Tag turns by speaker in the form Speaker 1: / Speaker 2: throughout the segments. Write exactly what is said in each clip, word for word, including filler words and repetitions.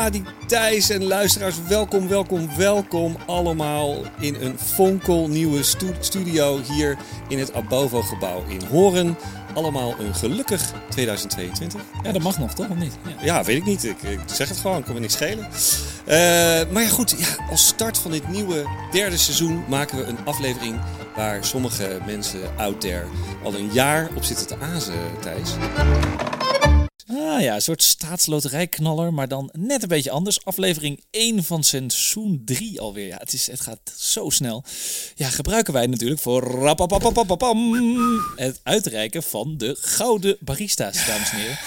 Speaker 1: Adi, Thijs en luisteraars, welkom, welkom, welkom allemaal in een fonkelnieuwe stu- studio hier in het Abovo-gebouw in Hoorn. Allemaal een gelukkig tweeduizend tweeëntwintig.
Speaker 2: Ja, dat mag nog, toch? Of niet?
Speaker 1: Ja, ja weet ik niet. Ik, ik zeg het gewoon, kan me niks schelen. Uh, maar ja, goed. Ja, als start van dit nieuwe derde seizoen maken we een aflevering waar sommige mensen out there al een jaar op zitten te azen, Thijs.
Speaker 2: Ah ja, een soort staatsloterijknaller, maar dan net een beetje anders. Aflevering één van seizoen drie alweer. Ja, het, is, het gaat zo snel. Ja, gebruiken wij natuurlijk voor rapapapapapam, het uitreiken van de Gouden Barista's, dames en heren.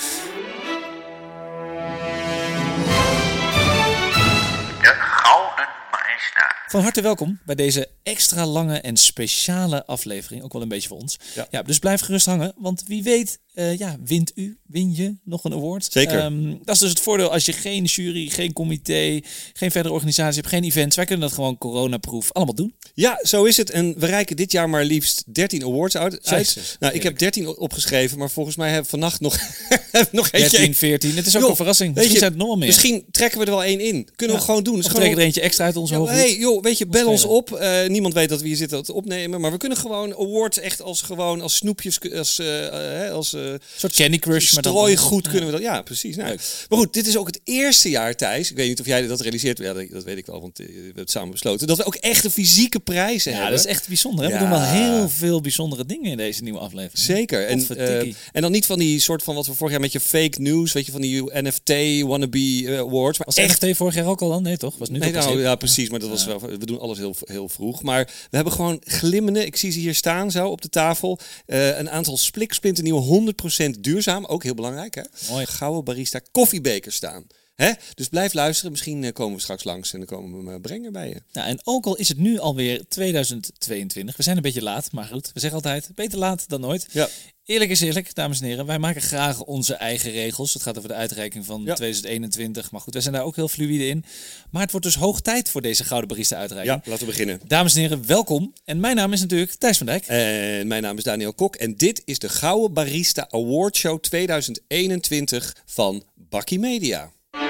Speaker 3: De Gouden Barista.
Speaker 2: Van harte welkom bij deze extra lange en speciale aflevering. Ook wel een beetje voor ons. Ja, ja dus blijf gerust hangen, want wie weet, uh, ja, wint u, win je nog een award.
Speaker 1: Zeker.
Speaker 2: Um, dat is dus het voordeel als je geen jury, geen comité, geen verdere organisatie hebt, geen events. Wij kunnen dat gewoon coronaproof allemaal doen.
Speaker 1: Ja, zo is het. En we reiken dit jaar maar liefst dertien awards uit.
Speaker 2: Jezus,
Speaker 1: nou, ik heb dertien opgeschreven, maar volgens mij heb ik vannacht nog, nog eentje.
Speaker 2: dertien, veertien. Het is ook
Speaker 1: joh,
Speaker 2: een verrassing. Misschien
Speaker 1: je,
Speaker 2: zijn het nog wel meer.
Speaker 1: Misschien trekken we er wel één in. Kunnen
Speaker 2: ja.
Speaker 1: we gewoon doen.
Speaker 2: Of
Speaker 1: we
Speaker 2: trekken er eentje extra uit onze
Speaker 1: ja,
Speaker 2: hoofd.
Speaker 1: Hey, joh, weet je, bel ons op. Uh, niemand weet dat we hier zitten te opnemen. Maar we kunnen gewoon awards echt als gewoon als snoepjes, als, uh, als uh,
Speaker 2: een soort Candy Crush.
Speaker 1: Strooigoed ja. kunnen we dat. Ja, precies. Nou, maar goed, dit is ook het eerste jaar, Thijs. Ik weet niet of jij dat realiseert. Ja, dat, dat weet ik wel, want uh, we hebben het samen besloten. Dat we ook echt een fysieke prijzen
Speaker 2: ja,
Speaker 1: hebben.
Speaker 2: Ja, dat is echt bijzonder. Hè?
Speaker 1: Ja.
Speaker 2: We doen wel heel veel bijzondere dingen in deze nieuwe aflevering.
Speaker 1: Zeker. En, uh, en dan niet van die soort van wat we vorig jaar met je fake news, weet je, van die N F T wannabe uh, awards. Maar
Speaker 2: was
Speaker 1: echt...
Speaker 2: N F T vorig jaar ook al dan? Nee, toch? Was nu
Speaker 1: nee, nou, ja, precies.
Speaker 2: Ja.
Speaker 1: Maar dat was wel, we doen alles heel, heel vroeg. Maar we hebben gewoon glimmende, ik zie ze hier staan zo op de tafel, uh, een aantal spliksplinternieuwe honderd procent duurzaam, ook heel belangrijk hè.
Speaker 2: Mooi.
Speaker 1: Gouden Barista koffiebekers staan. Hè? Dus blijf luisteren. Misschien uh, komen we straks langs en dan komen we hem brengen bij je.
Speaker 2: Nou, en ook al is het nu alweer tweeduizend tweeëntwintig. We zijn een beetje laat, maar goed. We zeggen altijd, beter laat dan nooit.
Speaker 1: Ja.
Speaker 2: Eerlijk is eerlijk, dames en heren. Wij maken graag onze eigen regels. Het gaat over de uitreiking van
Speaker 1: ja.
Speaker 2: tweeduizend eenentwintig. Maar goed, wij zijn daar ook heel fluïde in. Maar het wordt dus hoog tijd voor deze Gouden Barista uitreiking.
Speaker 1: Ja, laten we beginnen.
Speaker 2: Dames en heren, welkom. En mijn naam is natuurlijk Thijs van Dijk.
Speaker 1: En mijn naam is Daniel Kok. En dit is de Gouden Barista Award Show tweeduizend eenentwintig van Bakkie Media.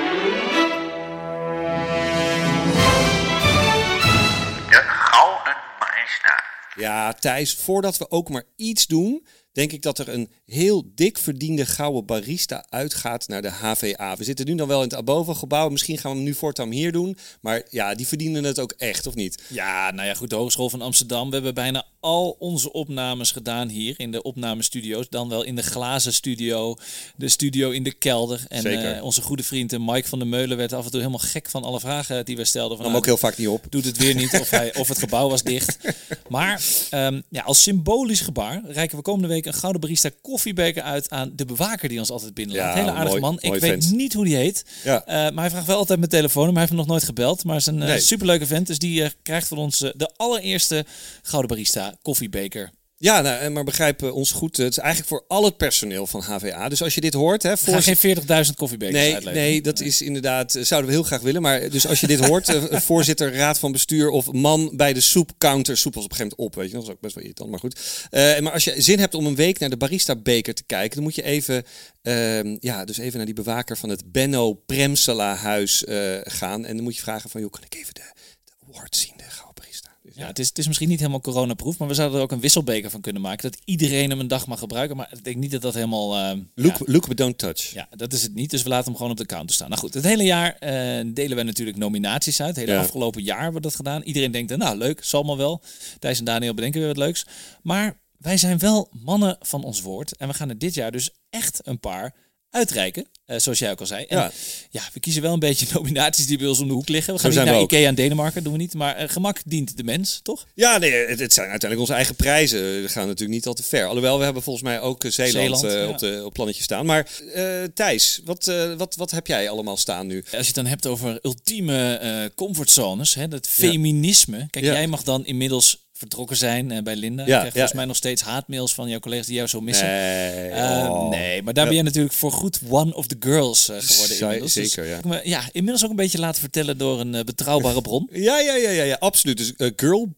Speaker 1: Ja, Thijs, voordat we ook maar iets doen, denk ik dat er een heel dik verdiende Gouden Barista uitgaat naar de H V A. We zitten nu dan wel in het Abovo-gebouw. Misschien gaan we hem nu voortaan hier doen. Maar ja, die verdienen het ook echt, of niet?
Speaker 2: Ja, nou ja, goed, de Hogeschool van Amsterdam. We hebben bijna al onze opnames gedaan hier in de opnamestudio's. Dan wel in de glazen studio, de studio in de kelder. En uh, onze goede vriend Mike van der Meulen werd af en toe helemaal gek van alle vragen die we stelden.
Speaker 1: Nam ook heel vaak niet op.
Speaker 2: Doet het weer niet, of, hij, of het gebouw was dicht. Maar um, ja, als symbolisch gebaar reiken we komende week een Gouden Barista koffiebeker uit aan de bewaker die ons altijd binnenlaat. Ja, hele aardige man. Ik weet vent. niet hoe die heet. Ja. Uh, maar hij vraagt wel altijd mijn telefoon. Maar hij heeft hem nog nooit gebeld. Maar hij is een uh, nee. superleuke vent. Dus die uh, krijgt van ons uh, de allereerste Gouden Barista koffiebeker.
Speaker 1: Ja, nou, maar begrijp uh, ons goed. Het is eigenlijk voor al het personeel van H V A. Dus als je dit hoort... Hè,
Speaker 2: voor... geen veertigduizend koffiebekers
Speaker 1: nee,
Speaker 2: uitleveren.
Speaker 1: Nee, dat nee. is inderdaad... Zouden we heel graag willen. Maar dus als je dit hoort... uh, voorzitter, raad van bestuur of man bij de soepcounter. Soep was op een gegeven moment op, weet je. Dat is ook best wel irritant, maar goed. Uh, maar als je zin hebt om een week naar de Barista-beker te kijken... dan moet je even... Uh, ja, dus even naar die bewaker van het Benno Premsela-huis uh, gaan. En dan moet je vragen van... joh, kan ik even de, de award zien, de Gouden Barista? Dus,
Speaker 2: ja, ja. Het, is, het is misschien niet helemaal coronaproof, maar we zouden er ook een wisselbeker van kunnen maken. Dat iedereen hem een dag mag gebruiken. Maar ik denk niet dat dat helemaal... Uh,
Speaker 1: look,
Speaker 2: ja.
Speaker 1: look but don't touch.
Speaker 2: Ja, dat is het niet. Dus we laten hem gewoon op de counter staan. Nou goed, het hele jaar uh, delen wij natuurlijk nominaties uit. Het hele ja. afgelopen jaar hebben we dat gedaan. Iedereen denkt, nou leuk, zal maar wel. Thijs en Daniel bedenken weer wat leuks. Maar wij zijn wel mannen van ons woord. En we gaan er dit jaar dus echt een paar uitreiken. Uh, zoals jij ook al zei. En ja. ja, we kiezen wel een beetje nominaties die bij ons om de hoek liggen. We gaan Zo niet naar Ikea in Denemarken, doen we niet. Maar uh, gemak dient de mens, toch?
Speaker 1: Ja, nee, het, het zijn uiteindelijk onze eigen prijzen. We gaan natuurlijk niet al te ver. Alhoewel, we hebben volgens mij ook Zeeland, Zeeland uh, ja. op de op plannetje staan. Maar uh, Thijs, wat, uh, wat, wat heb jij allemaal staan nu?
Speaker 2: Als je het dan hebt over ultieme uh, comfortzones, hè, dat feminisme. Ja. Kijk, ja. jij mag dan inmiddels vertrokken zijn uh, bij Linda. Ja, ik krijg volgens ja. mij nog steeds haatmails van jouw collega's die jou zo missen.
Speaker 1: Nee,
Speaker 2: uh,
Speaker 1: oh.
Speaker 2: nee maar daar ja. ben jij natuurlijk voor goed one of the girls uh, geworden. Inmiddels.
Speaker 1: Zeker, ja.
Speaker 2: Dus, ja. Inmiddels ook een beetje laten vertellen door een uh, betrouwbare bron.
Speaker 1: Ja, ja, ja, ja, ja, absoluut. Dus uh, girl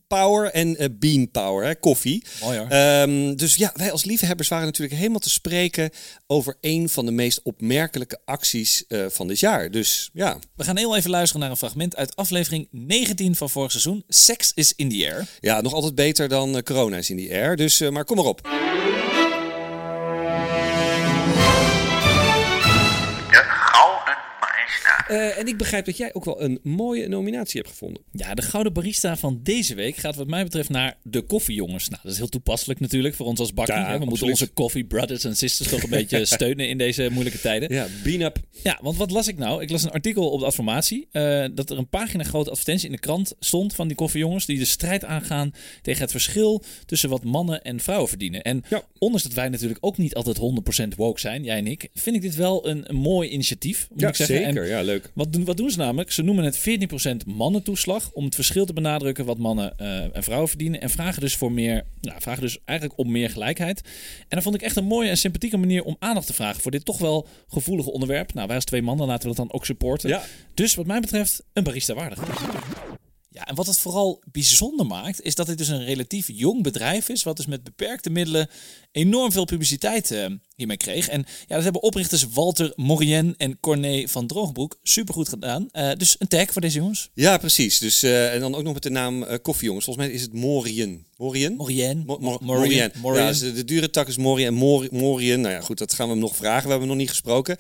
Speaker 1: power en uh, bean power, hè, koffie.
Speaker 2: Mooi hoor.
Speaker 1: Um, dus ja, wij als liefhebbers waren natuurlijk helemaal te spreken over een van de meest opmerkelijke acties uh, van dit jaar. Dus ja.
Speaker 2: We gaan heel even luisteren naar een fragment uit aflevering negentien van vorig seizoen. Sex is in the air.
Speaker 1: Ja, nog altijd beter dan uh, corona is in the air. Dus, uh, maar kom maar op. Uh, en ik begrijp dat jij ook wel een mooie nominatie hebt gevonden.
Speaker 2: Ja, de Gouden Barista van deze week gaat wat mij betreft naar de koffiejongens. Nou, dat is heel toepasselijk natuurlijk voor ons als bakkie. Ja, hè? We absoluut. moeten onze coffee brothers en sisters toch een beetje steunen in deze moeilijke tijden.
Speaker 1: Ja, bean up.
Speaker 2: Ja, want wat las ik nou? Ik las een artikel op de Adformatie. Uh, dat er een pagina grote advertentie in de krant stond van die koffiejongens die de strijd aangaan tegen het verschil tussen wat mannen en vrouwen verdienen. En ja. ondanks dat wij natuurlijk ook niet altijd honderd procent woke zijn, jij en ik, vind ik dit wel een, een mooi initiatief. Moet
Speaker 1: ja,
Speaker 2: ik zeggen.
Speaker 1: zeker.
Speaker 2: En
Speaker 1: ja, leuk.
Speaker 2: Wat doen, wat doen ze namelijk? Ze noemen het veertien procent mannentoeslag om het verschil te benadrukken wat mannen uh, en vrouwen verdienen. En vragen dus voor meer, nou, vragen dus eigenlijk om meer gelijkheid. En dat vond ik echt een mooie en sympathieke manier om aandacht te vragen voor dit toch wel gevoelige onderwerp. Nou, wij als twee mannen laten we dat dan ook supporten. Ja. Dus wat mij betreft een barista waardig. Ja, en wat het vooral bijzonder maakt, is dat dit dus een relatief jong bedrijf is, wat dus met beperkte middelen enorm veel publiciteit uh, hiermee kreeg. En ja, dat hebben oprichters Walter Morien en Corné van Droogbroek supergoed gedaan. Uh, dus een tag voor deze jongens.
Speaker 1: Ja, precies. Dus, uh, en dan ook nog met de naam uh, koffiejongens. Volgens mij is het Morien. Morien?
Speaker 2: Morien.
Speaker 1: Mo- Mo- Morien. Morien. Ja, dus de, de dure tak is Morien en Mor- Morien. Nou ja, goed, dat gaan we hem nog vragen. We hebben hem nog niet gesproken.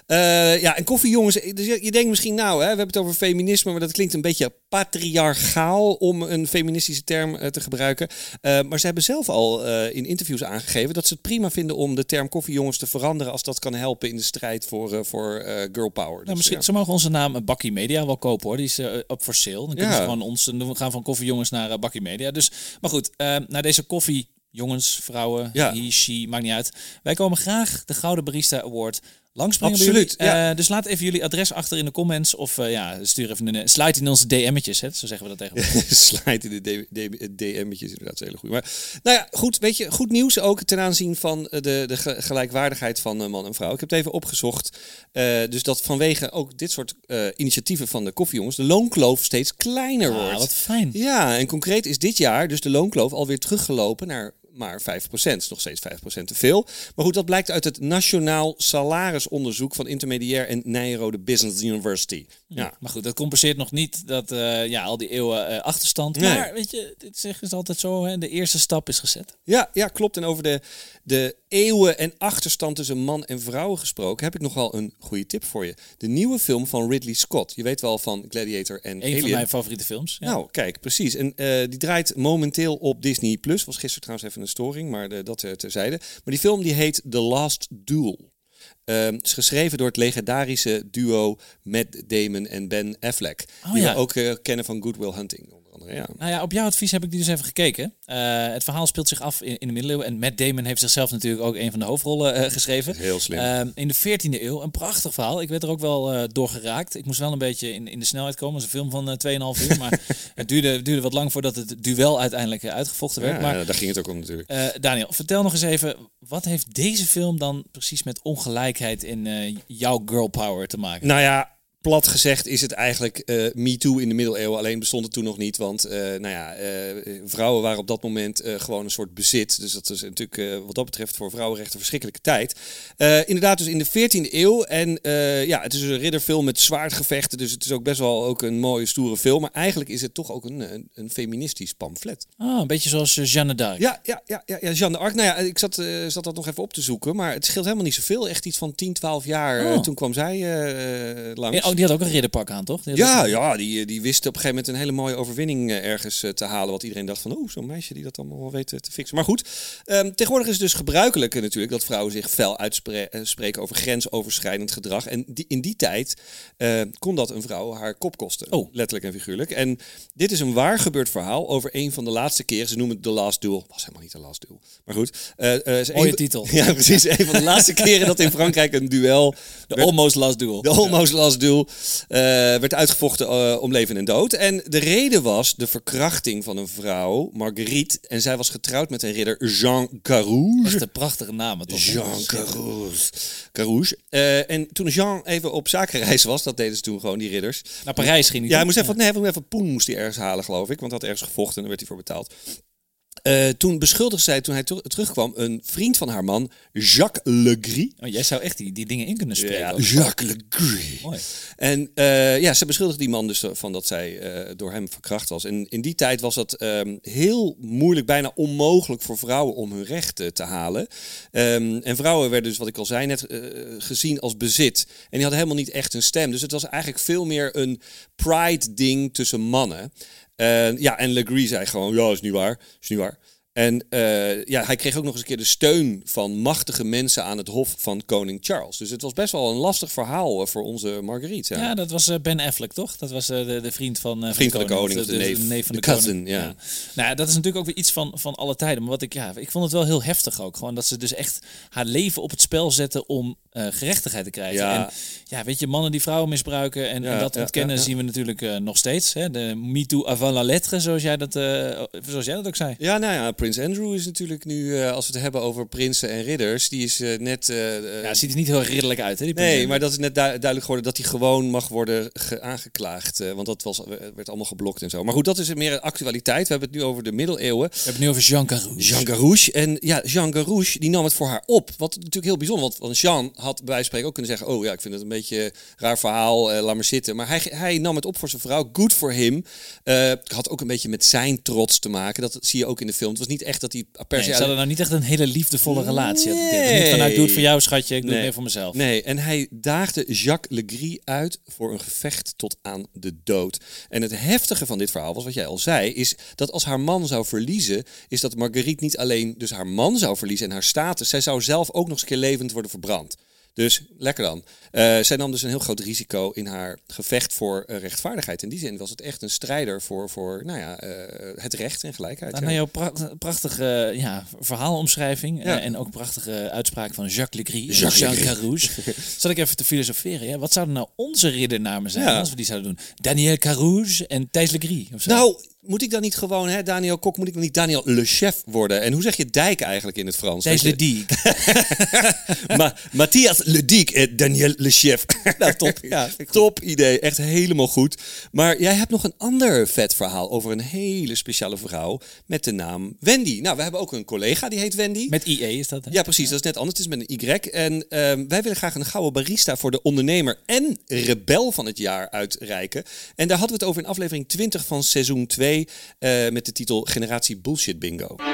Speaker 1: Uh, ja, en koffiejongens. Dus je, je denkt misschien, nou, hè, we hebben het over feminisme, maar dat klinkt een beetje patriarchaal om een feministische term uh, te gebruiken. Uh, maar ze hebben zelf al uh, in interviews aangegeven dat ze het prima vinden om de term koffiejongens te veranderen als dat kan helpen in de strijd voor, uh, voor uh, girl power. Dus,
Speaker 2: nou, misschien,
Speaker 1: ja.
Speaker 2: Ze mogen onze naam Bakkie Media wel kopen hoor. Die is uh, up for sale. Dan kunnen ja. ze gewoon ons, we gaan van koffiejongens naar uh, Bakkie Media. Dus, maar goed, uh, naar deze koffiejongens, vrouwen, ja. he, she, maakt niet uit. Wij komen graag de Gouden Barista Award langsbrengen. Absoluut. Bij jullie. Ja. Uh, dus laat even jullie adres achter in de comments of uh, ja, stuur even een slide in onze D M'tjes, hè? Zo zeggen we dat tegenwoordig.
Speaker 1: Slide in de D M'tjes, inderdaad, is een hele goede. Maar nou ja, goed, weet je, goed nieuws ook ten aanzien van de, de gelijkwaardigheid van uh, man en vrouw. Ik heb het even opgezocht. Uh, dus dat vanwege ook dit soort uh, initiatieven van de koffiejongens de loonkloof steeds kleiner wordt.
Speaker 2: Ah, wat fijn.
Speaker 1: Ja, en concreet is dit jaar dus de loonkloof alweer teruggelopen naar maar vijf procent. Is nog steeds vijf procent te veel. Maar goed, dat blijkt uit het Nationaal Salarisonderzoek van Intermediair en Nijrode Business University. Ja.
Speaker 2: Ja, maar goed, dat compenseert nog niet dat uh, ja, al die eeuwen uh, achterstand. Nee. Maar weet je, dit zeggen ze altijd zo, hè? De eerste stap is gezet.
Speaker 1: Ja, ja, klopt. En over de, de eeuwen en achterstand tussen man en vrouwen gesproken, heb ik nog wel een goede tip voor je. De nieuwe film van Ridley Scott. Je weet wel van Gladiator en
Speaker 2: Een
Speaker 1: Alien.
Speaker 2: van mijn favoriete films. Ja.
Speaker 1: Nou, kijk, precies. En uh, die draait momenteel op Disney Plus. Was gisteren trouwens even een storing, maar de, dat uh, terzijde. Maar die film die heet The Last Duel. Uh, het is geschreven door het legendarische duo Matt Damon en Ben Affleck. Oh, die ja. we ook uh, kennen van Good Will Hunting. Onder andere, ja.
Speaker 2: Nou ja, op jouw advies heb ik die dus even gekeken. Uh, het verhaal speelt zich af in, in de middeleeuwen. En Matt Damon heeft zichzelf natuurlijk ook een van de hoofdrollen uh, geschreven.
Speaker 1: Heel slim.
Speaker 2: Uh, in de veertiende eeuw. Een prachtig verhaal. Ik werd er ook wel uh, door geraakt. Ik moest wel een beetje in, in de snelheid komen. Het is een film van uh, twee komma vijf uur. Maar het duurde, duurde wat lang voordat het duel uiteindelijk uh, uitgevochten werd.
Speaker 1: Ja,
Speaker 2: maar,
Speaker 1: ja, daar ging het ook om natuurlijk.
Speaker 2: Uh, Daniel, vertel nog eens even. Wat heeft deze film dan precies met ongelijkheid in uh, jouw girl power te maken?
Speaker 1: Nou ja, plat gezegd is het eigenlijk uh, Me Too in de middeleeuwen. Alleen bestond het toen nog niet. Want uh, nou ja, uh, vrouwen waren op dat moment uh, gewoon een soort bezit. Dus dat is natuurlijk uh, wat dat betreft voor vrouwenrechten een verschrikkelijke tijd. Uh, inderdaad dus in de veertiende eeuw. En uh, ja, het is een ridderfilm met zwaardgevechten. Dus het is ook best wel ook een mooie, stoere film. Maar eigenlijk is het toch ook een, een, een feministisch pamflet.
Speaker 2: Ah, een beetje zoals uh, Jeanne d'Arc.
Speaker 1: Ja, ja, ja, ja, ja, Jeanne d'Arc. Nou ja, ik zat, uh, zat dat nog even op te zoeken. Maar het scheelt helemaal niet zoveel. Echt iets van tien, twaalf jaar. Oh. Uh, toen kwam zij uh, langs.
Speaker 2: Ja, oh, die had ook een ridderpak aan, toch? Die
Speaker 1: ja,
Speaker 2: ook...
Speaker 1: ja die, die wist op een gegeven moment een hele mooie overwinning uh, ergens uh, te halen. Wat iedereen dacht van, oh, zo'n meisje die dat allemaal wel weet uh, te fixen. Maar goed, um, tegenwoordig is het dus gebruikelijk uh, natuurlijk dat vrouwen zich fel uitspreken uh, over grensoverschrijdend gedrag. En die, in die tijd uh, kon dat een vrouw haar kop kosten. Oh. Letterlijk en figuurlijk. En dit is een waar gebeurd verhaal over een van de laatste keren. Ze noemen het The Last Duel. Was helemaal niet The Last Duel. Maar goed. Uh, uh,
Speaker 2: Mooie
Speaker 1: een,
Speaker 2: titel.
Speaker 1: Ja, precies. Een van de laatste keren dat in Frankrijk een duel...
Speaker 2: De Almost Last Duel.
Speaker 1: De Almost Last Duel duel uh, werd uitgevochten uh, om leven en dood. En de reden was de verkrachting van een vrouw, Marguerite. En zij was getrouwd met een ridder, Jean Carouge.
Speaker 2: Echt een prachtige naam, toch?
Speaker 1: Jean Carouge. Carouge. Uh, en toen Jean even op zakenreis was, dat deden ze toen gewoon, die ridders.
Speaker 2: Naar Parijs ging hij.
Speaker 1: Ja, hij moest even, nee, hij moest even poen moest hij ergens halen, geloof ik. Want hij had ergens gevochten en daar werd hij voor betaald. Uh, toen beschuldigde zij, toen hij ter- terugkwam, een vriend van haar man, Jacques Legris.
Speaker 2: Oh, jij zou echt die, die dingen in kunnen spreken.
Speaker 1: Ja,
Speaker 2: ook.
Speaker 1: Jacques Legris.
Speaker 2: Mooi.
Speaker 1: En uh, ja, ze beschuldigde die man dus van dat zij uh, door hem verkracht was. En in die tijd was dat um, heel moeilijk, bijna onmogelijk voor vrouwen om hun rechten te halen. Um, en vrouwen werden dus, wat ik al zei net, uh, gezien als bezit. En die hadden helemaal niet echt een stem. Dus het was eigenlijk veel meer een pride-ding tussen mannen. Uh, ja, en Legris zei gewoon, ja, is niet waar, is niet waar. En uh, ja, hij kreeg ook nog eens een keer de steun van machtige mensen aan het hof van koning Charles. Dus het was best wel een lastig verhaal uh, voor onze Marguerite. Ja,
Speaker 2: ja dat was uh, Ben Affleck, toch? Dat was uh, de, de vriend van, uh,
Speaker 1: vriend
Speaker 2: van
Speaker 1: de
Speaker 2: de koning.
Speaker 1: Of de, de, neef,
Speaker 2: de neef van de,
Speaker 1: de
Speaker 2: koning.
Speaker 1: cousin, ja.
Speaker 2: ja. Nou ja, dat is natuurlijk ook weer iets van, van alle tijden. Maar wat ik, ja, ik vond het wel heel heftig ook. Gewoon dat ze dus echt haar leven op het spel zetten om uh, gerechtigheid te krijgen.
Speaker 1: Ja.
Speaker 2: En ja, weet je, mannen die vrouwen misbruiken en,
Speaker 1: Ja,
Speaker 2: en dat
Speaker 1: ja,
Speaker 2: ontkennen
Speaker 1: ja, ja.
Speaker 2: zien we natuurlijk uh, nog steeds. Hè? De Me Too avant la lettre, zoals jij dat, uh, zoals jij dat ook zei.
Speaker 1: Ja, nou ja, Prins Andrew is natuurlijk nu, uh, als we het hebben over prinsen en ridders, die is uh, net... Uh,
Speaker 2: ja, ziet er niet heel ridderlijk uit, hè? Die
Speaker 1: nee, maar dat is net du- duidelijk geworden dat hij gewoon mag worden ge- aangeklaagd. Uh, want dat was, werd allemaal geblokt en zo. Maar goed, dat is meer actualiteit. We hebben het nu over de middeleeuwen.
Speaker 2: We hebben het nu over Jean Carouge.
Speaker 1: Jean Carouge. En ja, Jean Carouge, die nam het voor haar op. Wat natuurlijk heel bijzonder, want, want Jean had bij wijze van spreken ook kunnen zeggen, oh ja, ik vind het een beetje een raar verhaal, uh, laat maar zitten. Maar hij, hij nam het op voor zijn vrouw. Good for him. Uh, had ook een beetje met zijn trots te maken. Dat zie je ook in de film. Het was niet echt dat hij per se...
Speaker 2: Nee, ze hadden nou niet echt een hele liefdevolle relatie.
Speaker 1: Nee.
Speaker 2: Niet vanuit, doe het voor jou, schatje, ik doe
Speaker 1: Nee.
Speaker 2: het meer voor mezelf.
Speaker 1: Nee, en hij daagde Jacques Legris uit voor een gevecht tot aan de dood. En het heftige van dit verhaal was, wat jij al zei, is dat als haar man zou verliezen, is dat Marguerite niet alleen dus haar man zou verliezen en haar status, zij zou zelf ook nog eens een keer levend worden verbrand. Dus lekker dan. Uh, zij nam dus een heel groot risico in haar gevecht voor uh, rechtvaardigheid. In die zin was het echt een strijder voor, voor nou ja, uh, het recht en gelijkheid.
Speaker 2: Nou,
Speaker 1: ja.
Speaker 2: na jouw pra- prachtige uh, ja, verhaalomschrijving
Speaker 1: Ja.
Speaker 2: uh, en ook een prachtige uitspraak van Jacques Legris,
Speaker 1: Jacques
Speaker 2: Jean
Speaker 1: Legris.
Speaker 2: Carouge, zat ik even te filosoferen. Ja, wat zouden nou onze riddernamen zijn
Speaker 1: Ja.
Speaker 2: als we die zouden doen? Daniel Carouge en Thijs Legris of zo?
Speaker 1: Nou, moet ik dan niet gewoon, hè, Daniel Kok, moet ik dan niet Daniel Le Chef worden? En hoe zeg je dijk eigenlijk in het Frans?
Speaker 2: Thijs
Speaker 1: Weet je-
Speaker 2: Lediek.
Speaker 1: Ma- Matthias Le Dic en Daniel Le Chef. Nou, top. Ja, top idee. Echt helemaal goed. Maar jij hebt nog een ander vet verhaal over een hele speciale vrouw met de naam Wendy. Nou, we hebben ook een collega die heet Wendy.
Speaker 2: Met I E is dat, hè?
Speaker 1: Ja, precies. Dat is net anders. Het is met een Y. En ehm, wij willen graag een gouden barista voor de ondernemer en rebel van het jaar uitreiken. En daar hadden we het over in aflevering twintig van seizoen twee uh, met de titel Generatie Bullshit Bingo.
Speaker 3: De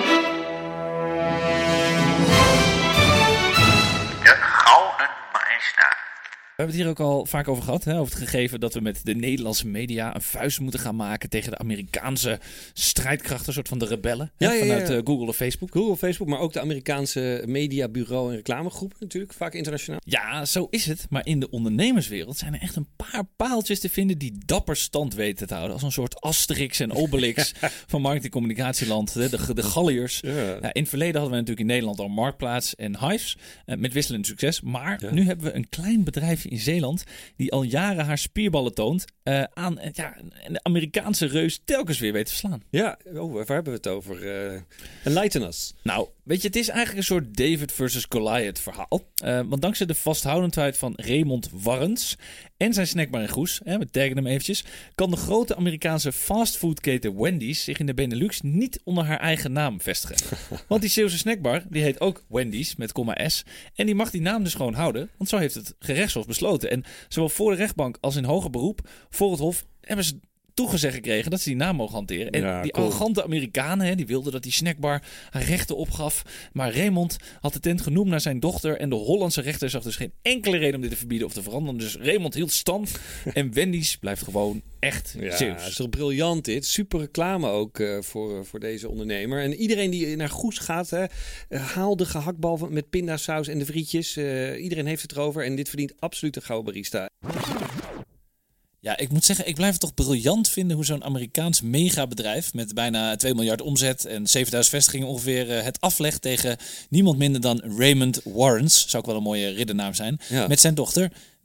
Speaker 3: Gouden Barista.
Speaker 2: We hebben het hier ook al vaak over gehad, hè, over het gegeven dat we met de Nederlandse media een vuist moeten gaan maken tegen de Amerikaanse strijdkrachten, soort van de rebellen,
Speaker 1: Ja,
Speaker 2: hè,
Speaker 1: ja, ja.
Speaker 2: vanuit uh, Google of Facebook.
Speaker 1: Google, Facebook, maar ook de Amerikaanse mediabureau en reclamegroep natuurlijk, vaak internationaal.
Speaker 2: Ja, zo is het. Maar in de ondernemerswereld zijn er echt een paar paaltjes te vinden die dapper stand weten te houden. Als een soort Asterix en Obelix van markt- en communicatieland, de, de, de Galliërs.
Speaker 1: Ja.
Speaker 2: Nou, in het verleden hadden we natuurlijk in Nederland al Marktplaats en Hives, uh, met wisselend succes. Maar
Speaker 1: Ja.
Speaker 2: nu hebben we een klein bedrijfje in Zeeland die al jaren haar spierballen toont uh, aan uh, ja, de Amerikaanse reus telkens weer weet te verslaan.
Speaker 1: Ja, oh, waar hebben we het over? Uh, enlighten us.
Speaker 2: Nou, weet je, het is eigenlijk een soort David versus Goliath verhaal. Uh, want dankzij de vasthoudendheid van Raymond Warrens en zijn snackbar in Goes, hè, we taggen hem eventjes, kan de grote Amerikaanse fastfoodketen Wendy's zich in de Benelux niet onder haar eigen naam vestigen. Want die Zeeuwse snackbar, die heet ook Wendy's met komma S. En die mag die naam dus gewoon houden, want zo heeft het gerechtshof besloten. En zowel voor de rechtbank als in hoger beroep, voor het hof, hebben ze toegezegd gekregen dat ze die naam mogen hanteren. En
Speaker 1: Ja,
Speaker 2: die
Speaker 1: cool.
Speaker 2: arrogante Amerikanen, hè, die wilden dat die snackbar haar rechten opgaf. Maar Raymond had de tent genoemd naar zijn dochter. En de Hollandse rechter zag dus geen enkele reden om dit te verbieden of te veranderen. Dus Raymond hield stand. En Wendy's blijft gewoon echt
Speaker 1: Ja,
Speaker 2: Zeeuws.
Speaker 1: het is toch briljant dit. Super reclame ook uh, voor, uh, voor deze ondernemer. En iedereen die naar Goes gaat, hè, uh, haal de gehaktbal van, met pindasaus en de frietjes. Uh, iedereen heeft het erover en dit verdient absoluut een gouden barista.
Speaker 2: Ja, ik moet zeggen, ik blijf het toch briljant vinden hoe zo'n Amerikaans megabedrijf met bijna twee miljard omzet en zevenduizend vestigingen ongeveer uh, het aflegt tegen niemand minder dan Raymond Warrens, zou ook wel een mooie riddernaam zijn,
Speaker 1: Ja.
Speaker 2: met zijn dochter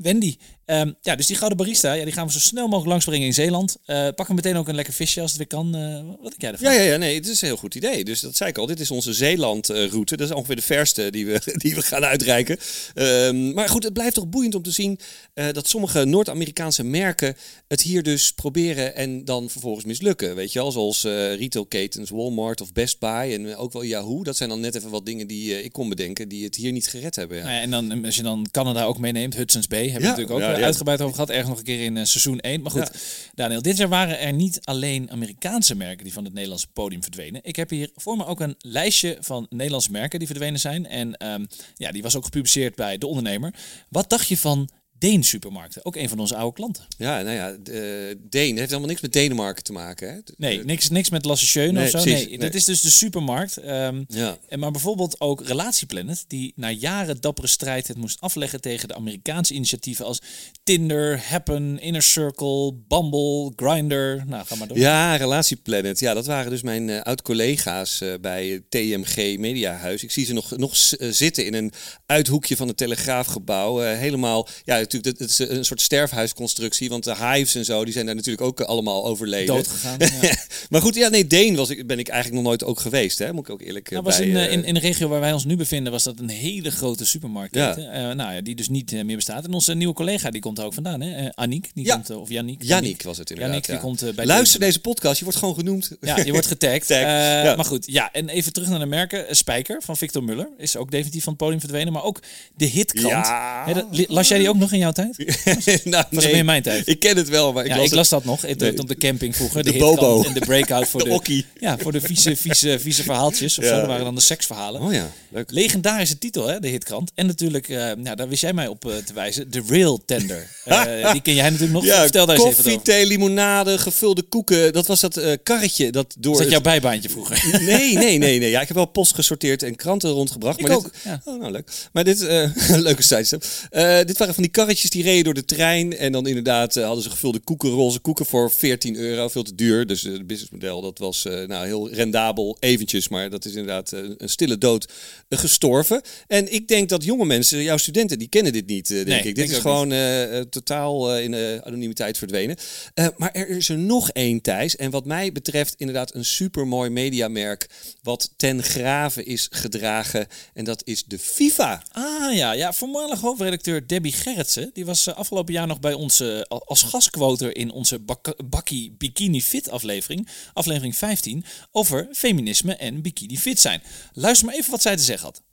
Speaker 2: Wendy. Um, ja, dus die gouden barista, ja, die gaan we zo snel mogelijk langsbrengen in Zeeland. Uh, pak hem meteen ook een lekker visje als het weer kan. Uh, wat denk jij ervan?
Speaker 1: Ja, ja, ja, nee, het is een heel goed idee. Dus dat zei ik al, dit is onze Zeeland-route. Dat is ongeveer de verste die we, die we gaan uitreiken. Um, maar goed, het blijft toch boeiend om te zien uh, dat sommige Noord-Amerikaanse merken het hier dus proberen en dan vervolgens mislukken. Weet je wel, zoals uh, retailketens Walmart of Best Buy en ook wel Yahoo. Dat zijn dan net even wat dingen die uh, ik kon bedenken die het hier niet gered hebben. Ja.
Speaker 2: Nou ja, en dan, als je dan Canada ook meeneemt, Hudson's Bay, hebben we
Speaker 1: Ja,
Speaker 2: natuurlijk ook
Speaker 1: ja,
Speaker 2: uh,
Speaker 1: ja.
Speaker 2: uitgebreid over gehad. Ergens nog een keer in uh, seizoen één. Maar goed,
Speaker 1: Ja.
Speaker 2: Daniel, dit jaar waren er niet alleen Amerikaanse merken die van het Nederlandse podium verdwenen. Ik heb hier voor me ook een lijstje van Nederlandse merken die verdwenen zijn. En um, ja, die was ook gepubliceerd bij De Ondernemer. Wat dacht je van Deen Supermarkten? Ook een van onze oude klanten.
Speaker 1: Ja, nou ja, de, Deen heeft helemaal niks met Denemarken te maken. Hè? De,
Speaker 2: Nee,
Speaker 1: de,
Speaker 2: niks, niks met Lassesjeune
Speaker 1: Nee,
Speaker 2: of zo.
Speaker 1: precies,
Speaker 2: Nee,
Speaker 1: nee.
Speaker 2: dit is dus de supermarkt. Um,
Speaker 1: ja.
Speaker 2: en maar bijvoorbeeld ook Relatieplanet, die na jaren dappere strijd het moest afleggen tegen de Amerikaanse initiatieven als Tinder, Happen, Inner Circle, Bumble, Grindr. Nou, ga maar door.
Speaker 1: Ja, Relatieplanet. Ja, dat waren dus mijn uh, oud-collega's uh, bij T M G Mediahuis. Ik zie ze nog, nog uh, zitten in een uithoekje van het Telegraafgebouw. Uh, helemaal, ja, natuurlijk, het is een soort sterfhuisconstructie. Want de Hives en zo, die zijn daar natuurlijk ook uh, allemaal overleden.
Speaker 2: Dood gegaan. Ja.
Speaker 1: Maar goed, ja, nee, Deen was ik, ben ik eigenlijk nog nooit ook geweest. Hè? Moet ik ook eerlijk uh,
Speaker 2: Nou, was
Speaker 1: bij...
Speaker 2: in,
Speaker 1: Uh,
Speaker 2: uh, in, in de regio waar wij ons nu bevinden, was dat een hele grote supermarkt.
Speaker 1: Ja.
Speaker 2: Uh, nou ja, die dus niet uh, meer bestaat. En onze nieuwe collega, die komt er ook vandaan. Hè? Uh, Aniek, die
Speaker 1: Ja.
Speaker 2: komt, uh, of Yannick.
Speaker 1: Yannick was het inderdaad.
Speaker 2: Yannick, die
Speaker 1: ja.
Speaker 2: komt uh, bij
Speaker 1: Luister
Speaker 2: de...
Speaker 1: deze podcast, je wordt gewoon genoemd.
Speaker 2: Ja, je wordt getagd.
Speaker 1: Tag,
Speaker 2: Uh,
Speaker 1: ja.
Speaker 2: Maar goed, ja, en even terug naar de merken. Uh, Spijker van Victor Muller is ook definitief van het podium verdwenen. Maar ook de Hitkrant.
Speaker 1: Ja.
Speaker 2: Hè, dat, las jij die ook nog in jouw tijd?
Speaker 1: nou,
Speaker 2: Was het meer in mijn tijd?
Speaker 1: Ik ken het wel, maar ik
Speaker 2: Ja,
Speaker 1: las
Speaker 2: ik
Speaker 1: het-
Speaker 2: las dat nog. Ik
Speaker 1: Nee.
Speaker 2: nee. op de camping vroeger.
Speaker 1: De
Speaker 2: De, Hitkrant
Speaker 1: Bobo.
Speaker 2: en de breakout voor
Speaker 1: De
Speaker 2: de,
Speaker 1: Okkie.
Speaker 2: ja, voor de vieze, vieze, vieze verhaaltjes. Of
Speaker 1: Ja.
Speaker 2: zo. Dat waren dan de seksverhalen.
Speaker 1: Oh ja, leuk.
Speaker 2: Legendarische titel, hè, de Hitkrant. En natuurlijk, uh, nou, daar wist jij mij op uh, te wijzen, de Real Tender. Uh, die ken jij natuurlijk nog.
Speaker 1: Ja,
Speaker 2: Vertel daar eens even
Speaker 1: koffie,
Speaker 2: over.
Speaker 1: thee, limonade, gevulde koeken. Dat was dat uh, karretje dat door...
Speaker 2: Was dat
Speaker 1: het-
Speaker 2: jouw bijbaantje vroeger?
Speaker 1: Nee, nee, nee, nee. Ja, ik heb wel post gesorteerd en kranten rondgebracht.
Speaker 2: Ik
Speaker 1: maar
Speaker 2: ook,
Speaker 1: Dit...
Speaker 2: ja.
Speaker 1: Oh, nou leuk. Maar dit, uh, leuke sidestep. Uh, dit waren van die karretjes die reden door de trein. En dan inderdaad uh, hadden ze gevulde koeken, roze koeken voor veertien euro. Veel te duur. Dus uh, het businessmodel, dat was uh, nou, heel rendabel eventjes. Maar dat is inderdaad uh, een stille dood uh, gestorven. En ik denk dat jonge mensen, jouw studenten, die kennen dit niet, uh, denk
Speaker 2: Nee,
Speaker 1: ik. Dit
Speaker 2: denk
Speaker 1: is
Speaker 2: ik ook
Speaker 1: gewoon uh, uh, totaal uh, in de anonimiteit verdwenen. Uh, maar er is er nog één, Thijs. En wat mij betreft inderdaad een supermooi mediamerk wat ten grave is gedragen. En dat is de FIFA.
Speaker 2: Ah ja, ja, voormalig hoofdredacteur Debbie Gerritsen. Die was uh, afgelopen jaar nog bij ons uh, als gastquoter in onze bak- Bakkie Bikini Fit aflevering. Aflevering vijftien. Over feminisme en bikini fit zijn. Luister maar even wat zij te zeggen had.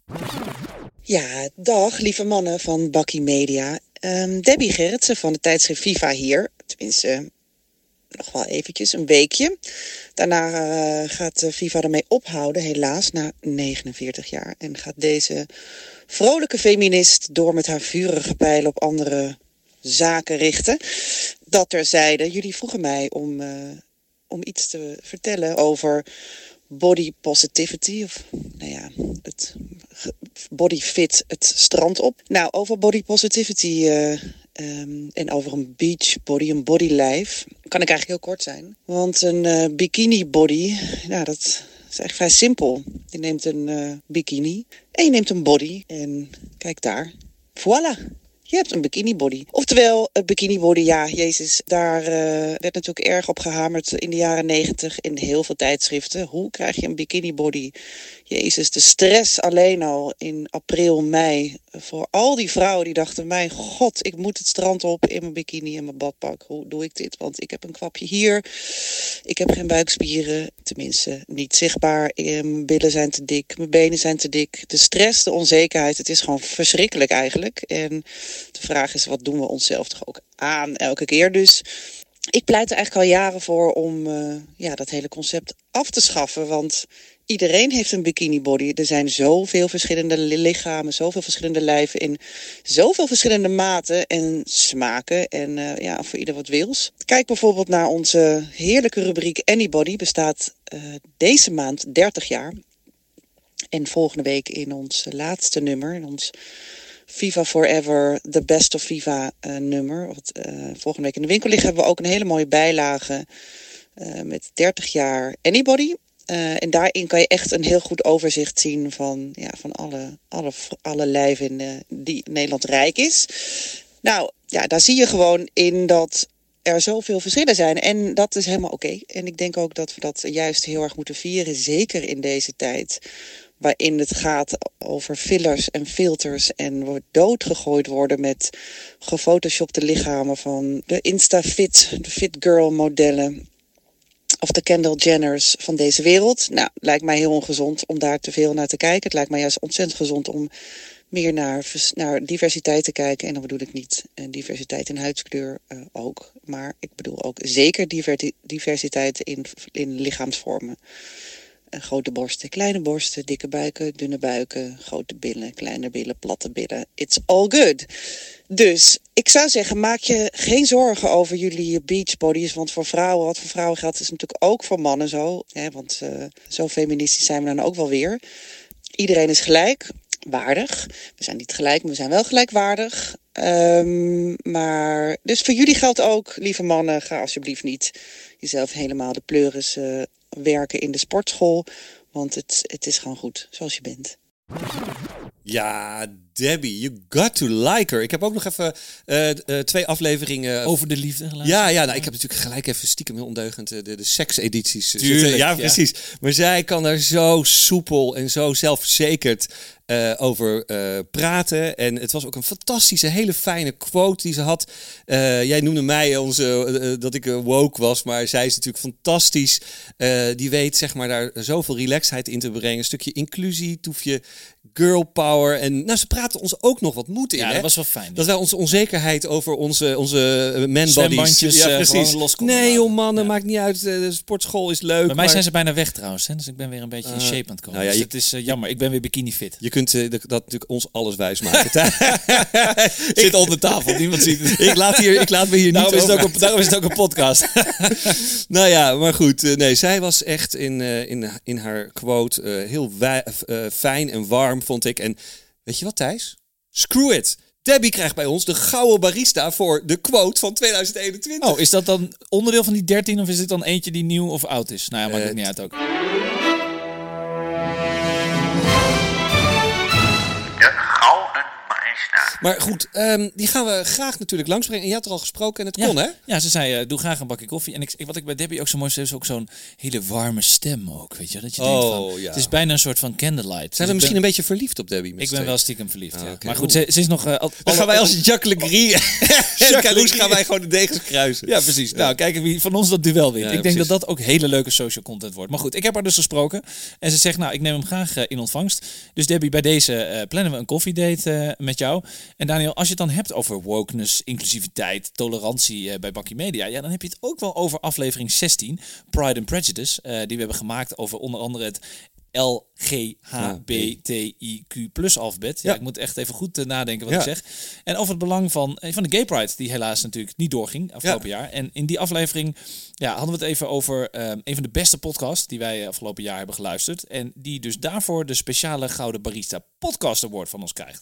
Speaker 4: Ja, dag lieve mannen van Bakkie Media. Um, Debbie Gerritsen van de tijdschrift FIFA hier. Tenminste, nog wel eventjes, een weekje. Daarna uh, gaat uh, FIFA ermee ophouden, helaas, na negenenveertig jaar. En gaat deze vrolijke feminist door met haar vurige pijlen op andere zaken richten. Dat terzijde, jullie vroegen mij om, uh, om iets te vertellen over body positivity. Of, nou ja, het body fit het strand op. Nou, over body positivity uh, um, en over een beach body, een bodylijf, kan ik eigenlijk heel kort zijn. Want een uh, bikini body, nou, dat is eigenlijk vrij simpel. Je neemt een uh, bikini en je neemt een body en kijk daar. Voilà. Je hebt een bikini body. Oftewel, een bikini body, ja, jezus, daar uh, werd natuurlijk erg op gehamerd in de jaren negentig in heel veel tijdschriften. Hoe krijg je een bikini body? Jezus, de stress alleen al in april, mei. Voor al die vrouwen die dachten, mijn god, ik moet het strand op in mijn bikini en mijn badpak. Hoe doe ik dit? Want ik heb een kwapje hier. Ik heb geen buikspieren, tenminste niet zichtbaar. Mijn billen zijn te dik, mijn benen zijn te dik. De stress, de onzekerheid, het is gewoon verschrikkelijk eigenlijk. En de vraag is, wat doen we onszelf toch ook aan elke keer? Dus ik pleit er eigenlijk al jaren voor om uh, ja, dat hele concept af te schaffen. Want iedereen heeft een bikini body. Er zijn zoveel verschillende lichamen, zoveel verschillende lijven in zoveel verschillende maten en smaken. En uh, ja, voor ieder wat wils. Kijk bijvoorbeeld naar onze heerlijke rubriek Anybody. Bestaat uh, deze maand dertig jaar. En volgende week in ons laatste nummer, in ons FIFA Forever, The Best of FIFA uh, nummer. Wat uh, volgende week in de winkel ligt, hebben we ook een hele mooie bijlage uh, met dertig jaar Anybody. Uh, en daarin kan je echt een heel goed overzicht zien van, ja, van alle, alle, alle lijven uh, die Nederland rijk is. Nou, ja, daar zie je gewoon in dat er zoveel verschillen zijn. En dat is helemaal oké. Okay. En ik denk ook dat we dat juist heel erg moeten vieren. Zeker in deze tijd waarin het gaat over fillers en filters en we doodgegooid worden met gefotoshopte lichamen van de Insta-fit, de fit girl modellen of de Kendall Jenners van deze wereld. Nou, lijkt mij heel ongezond om daar te veel naar te kijken. Het lijkt mij juist ontzettend gezond om meer naar, naar diversiteit te kijken. En dan bedoel ik niet uh, diversiteit in huidskleur uh, ook. Maar ik bedoel ook zeker diver- diversiteit in, in lichaamsvormen. Uh, grote borsten, kleine borsten, dikke buiken, dunne buiken, grote billen, kleine billen, platte billen. It's all good. Dus ik zou zeggen, maak je geen zorgen over jullie beachbodies. Want voor vrouwen, wat voor vrouwen geldt, is natuurlijk ook voor mannen zo. Hè, want uh, zo feministisch zijn we dan ook wel weer. Iedereen is gelijk. Waardig. We zijn niet gelijk, maar we zijn wel gelijkwaardig. Um, maar dus voor jullie geldt ook, lieve mannen, ga alsjeblieft niet jezelf helemaal de pleuris uh, werken in de sportschool. Want het, het is gewoon goed, zoals je bent.
Speaker 1: Ja, Debbie, you got to like her. Ik heb ook nog even uh, uh, twee afleveringen...
Speaker 2: Over de liefde geluisterd.
Speaker 1: Ja, ja nou, ik heb natuurlijk gelijk even stiekem heel ondeugend de, de seksedities.
Speaker 2: Tuurlijk,
Speaker 1: ja,
Speaker 2: ja,
Speaker 1: precies. Maar zij kan er zo soepel en zo zelfverzekerd uh, over uh, praten. En het was ook een fantastische, hele fijne quote die ze had. Uh, jij noemde mij onze, uh, dat ik uh, woke was, maar zij is natuurlijk fantastisch. Uh, die weet zeg maar daar zoveel relaxedheid in te brengen. Een stukje inclusie, toefje girl power. En nou, ze praten ons ook nog wat moed in.
Speaker 2: Ja,
Speaker 1: hè?
Speaker 2: dat was wel fijn.
Speaker 1: Dat wij onze onzekerheid over onze, onze man-bodies...
Speaker 2: Ja, precies.
Speaker 1: Los nee joh mannen, ja. Maakt niet uit. De sportschool is leuk.
Speaker 2: Bij mij
Speaker 1: maar...
Speaker 2: zijn ze bijna weg trouwens. Hè? Dus ik ben weer een beetje in shape aan het komen.
Speaker 1: Nou ja,
Speaker 2: dus
Speaker 1: je...
Speaker 2: het is uh, jammer. Ik ben weer bikini fit.
Speaker 1: Je kunt uh, dat natuurlijk ons alles wijs maken.
Speaker 2: Ik zit onder tafel. Niemand ziet het.
Speaker 1: ik, laat hier, ik laat me hier
Speaker 2: daarom
Speaker 1: niet
Speaker 2: is, het ook een, daarom is het ook een podcast.
Speaker 1: Nou ja, maar goed. Uh, nee, zij was echt in, uh, in, in haar quote uh, heel wij, uh, fijn en warm, vond ik. En weet je wat, Thijs? Screw it! Debbie krijgt bij ons de gouden barista voor de quote van tweeduizend eenentwintig.
Speaker 2: Oh, is dat dan onderdeel van die dertien of is dit dan eentje die nieuw of oud is? Nou ja, maakt uh, het niet uit ook.
Speaker 3: De gouden barista.
Speaker 1: Maar goed, um, die gaan we graag natuurlijk langsbrengen. En je had er al gesproken en het
Speaker 2: ja.
Speaker 1: kon, hè?
Speaker 2: Ja, ze zei, uh, doe graag een bakje koffie. En ik, wat ik bij Debbie ook zo mooi vind, is ook zo'n hele warme stem ook, weet je. Dat je
Speaker 1: oh,
Speaker 2: denkt van,
Speaker 1: ja.
Speaker 2: Het is bijna een soort van candlelight.
Speaker 1: Zijn we
Speaker 2: dus
Speaker 1: misschien
Speaker 2: ben,
Speaker 1: een beetje verliefd op Debbie?
Speaker 2: Ik ben wel stiekem verliefd, ah, ja.
Speaker 1: Okay.
Speaker 2: Maar goed, ze, ze is nog... Uh, al,
Speaker 1: Dan gaan wij als Jacques Legris
Speaker 2: Jacques
Speaker 1: gaan wij gewoon de degens kruisen.
Speaker 2: Ja, precies. Ja. Nou, kijken wie van ons dat duel wint.
Speaker 1: Ja,
Speaker 2: ik denk
Speaker 1: precies.
Speaker 2: dat dat ook hele leuke social content wordt. Maar goed, ik heb haar dus gesproken. En ze zegt, nou, ik neem hem graag uh, in ontvangst. Dus Debbie, bij deze uh, plannen we een koffiedate uh, met jou. En Daniel, als je het dan hebt over wokeness, inclusiviteit, tolerantie uh, bij Bakkie Media, ja, dan heb je het ook wel over aflevering zestien, Pride and Prejudice, uh, die we hebben gemaakt over onder andere het L G H B T I Q plus alfabet. Ja, ja, ik moet echt even goed uh, nadenken wat ja. ik zeg. En over het belang van, van de Gay Pride, die helaas natuurlijk niet doorging afgelopen ja. jaar. En in die aflevering ja, hadden we het even over uh, een van de beste podcasts die wij afgelopen jaar hebben geluisterd. En die dus daarvoor de speciale Gouden Barista Podcast Award van ons krijgt.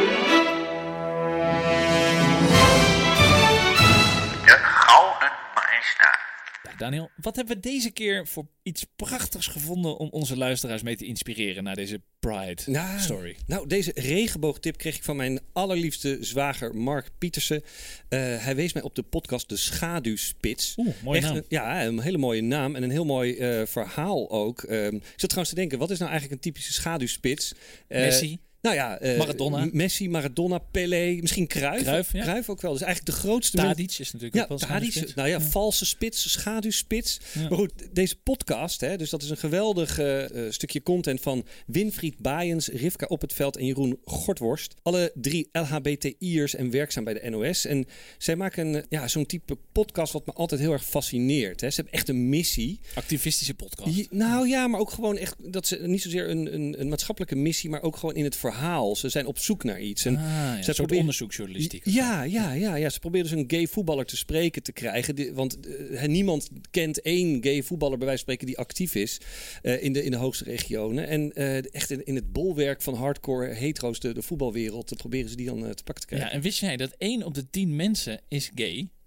Speaker 3: De gouden barista.
Speaker 2: Ja, Daniel, wat hebben we deze keer voor iets prachtigs gevonden om onze luisteraars mee te inspireren naar deze Pride
Speaker 1: nou,
Speaker 2: story?
Speaker 1: Nou, deze regenboogtip kreeg ik van mijn allerliefste zwager Mark Pietersen. Uh, hij wees mij op de podcast De Schaduwspits.
Speaker 2: Oeh, mooie
Speaker 1: Echt
Speaker 2: naam.
Speaker 1: Een, ja, een hele mooie naam en een heel mooi uh, verhaal ook. Uh, ik zat trouwens te denken, wat is nou eigenlijk een typische schaduwspits? Uh,
Speaker 2: Messi?
Speaker 1: Nou ja, uh,
Speaker 2: Maradona.
Speaker 1: Messi, Maradona, Pelé, misschien Cruijff.
Speaker 2: Cruijff, ja.
Speaker 1: Cruijff ook wel. Dus eigenlijk de grootste...
Speaker 2: Tadic is natuurlijk
Speaker 1: ja,
Speaker 2: ook wel
Speaker 1: Tadic,
Speaker 2: spits.
Speaker 1: nou ja,
Speaker 2: ja,
Speaker 1: valse spits, schaduwspits.
Speaker 2: Ja.
Speaker 1: Maar goed, deze podcast, hè, dus dat is een geweldig uh, stukje content van Winfried Baaiens, Rivka Op het Veld en Jeroen Gortworst. Alle drie L H B T I'ers en werkzaam bij de N O S. En zij maken een, ja, zo'n type podcast wat me altijd heel erg fascineert. Hè. Ze hebben echt een missie.
Speaker 2: Activistische podcast.
Speaker 1: Je, nou ja, maar ook gewoon echt dat ze niet zozeer een, een, een maatschappelijke missie, maar ook gewoon in het verhaal. Ze zijn op zoek naar iets. En
Speaker 2: ah, ja, een soort
Speaker 1: proberen...
Speaker 2: onderzoeksjournalistiek.
Speaker 1: Ja, ja, ja, ja. Ze proberen dus een gay voetballer te spreken te krijgen. Die, want uh, niemand kent één gay voetballer bij wijze van spreken die actief is uh, in, de, in de hoogste regionen. En uh, echt in, in het bolwerk van hardcore hetero's, de, de voetbalwereld, proberen ze die dan uh, te pakken te krijgen.
Speaker 2: Ja, en wist jij dat één op de tien mensen is gay?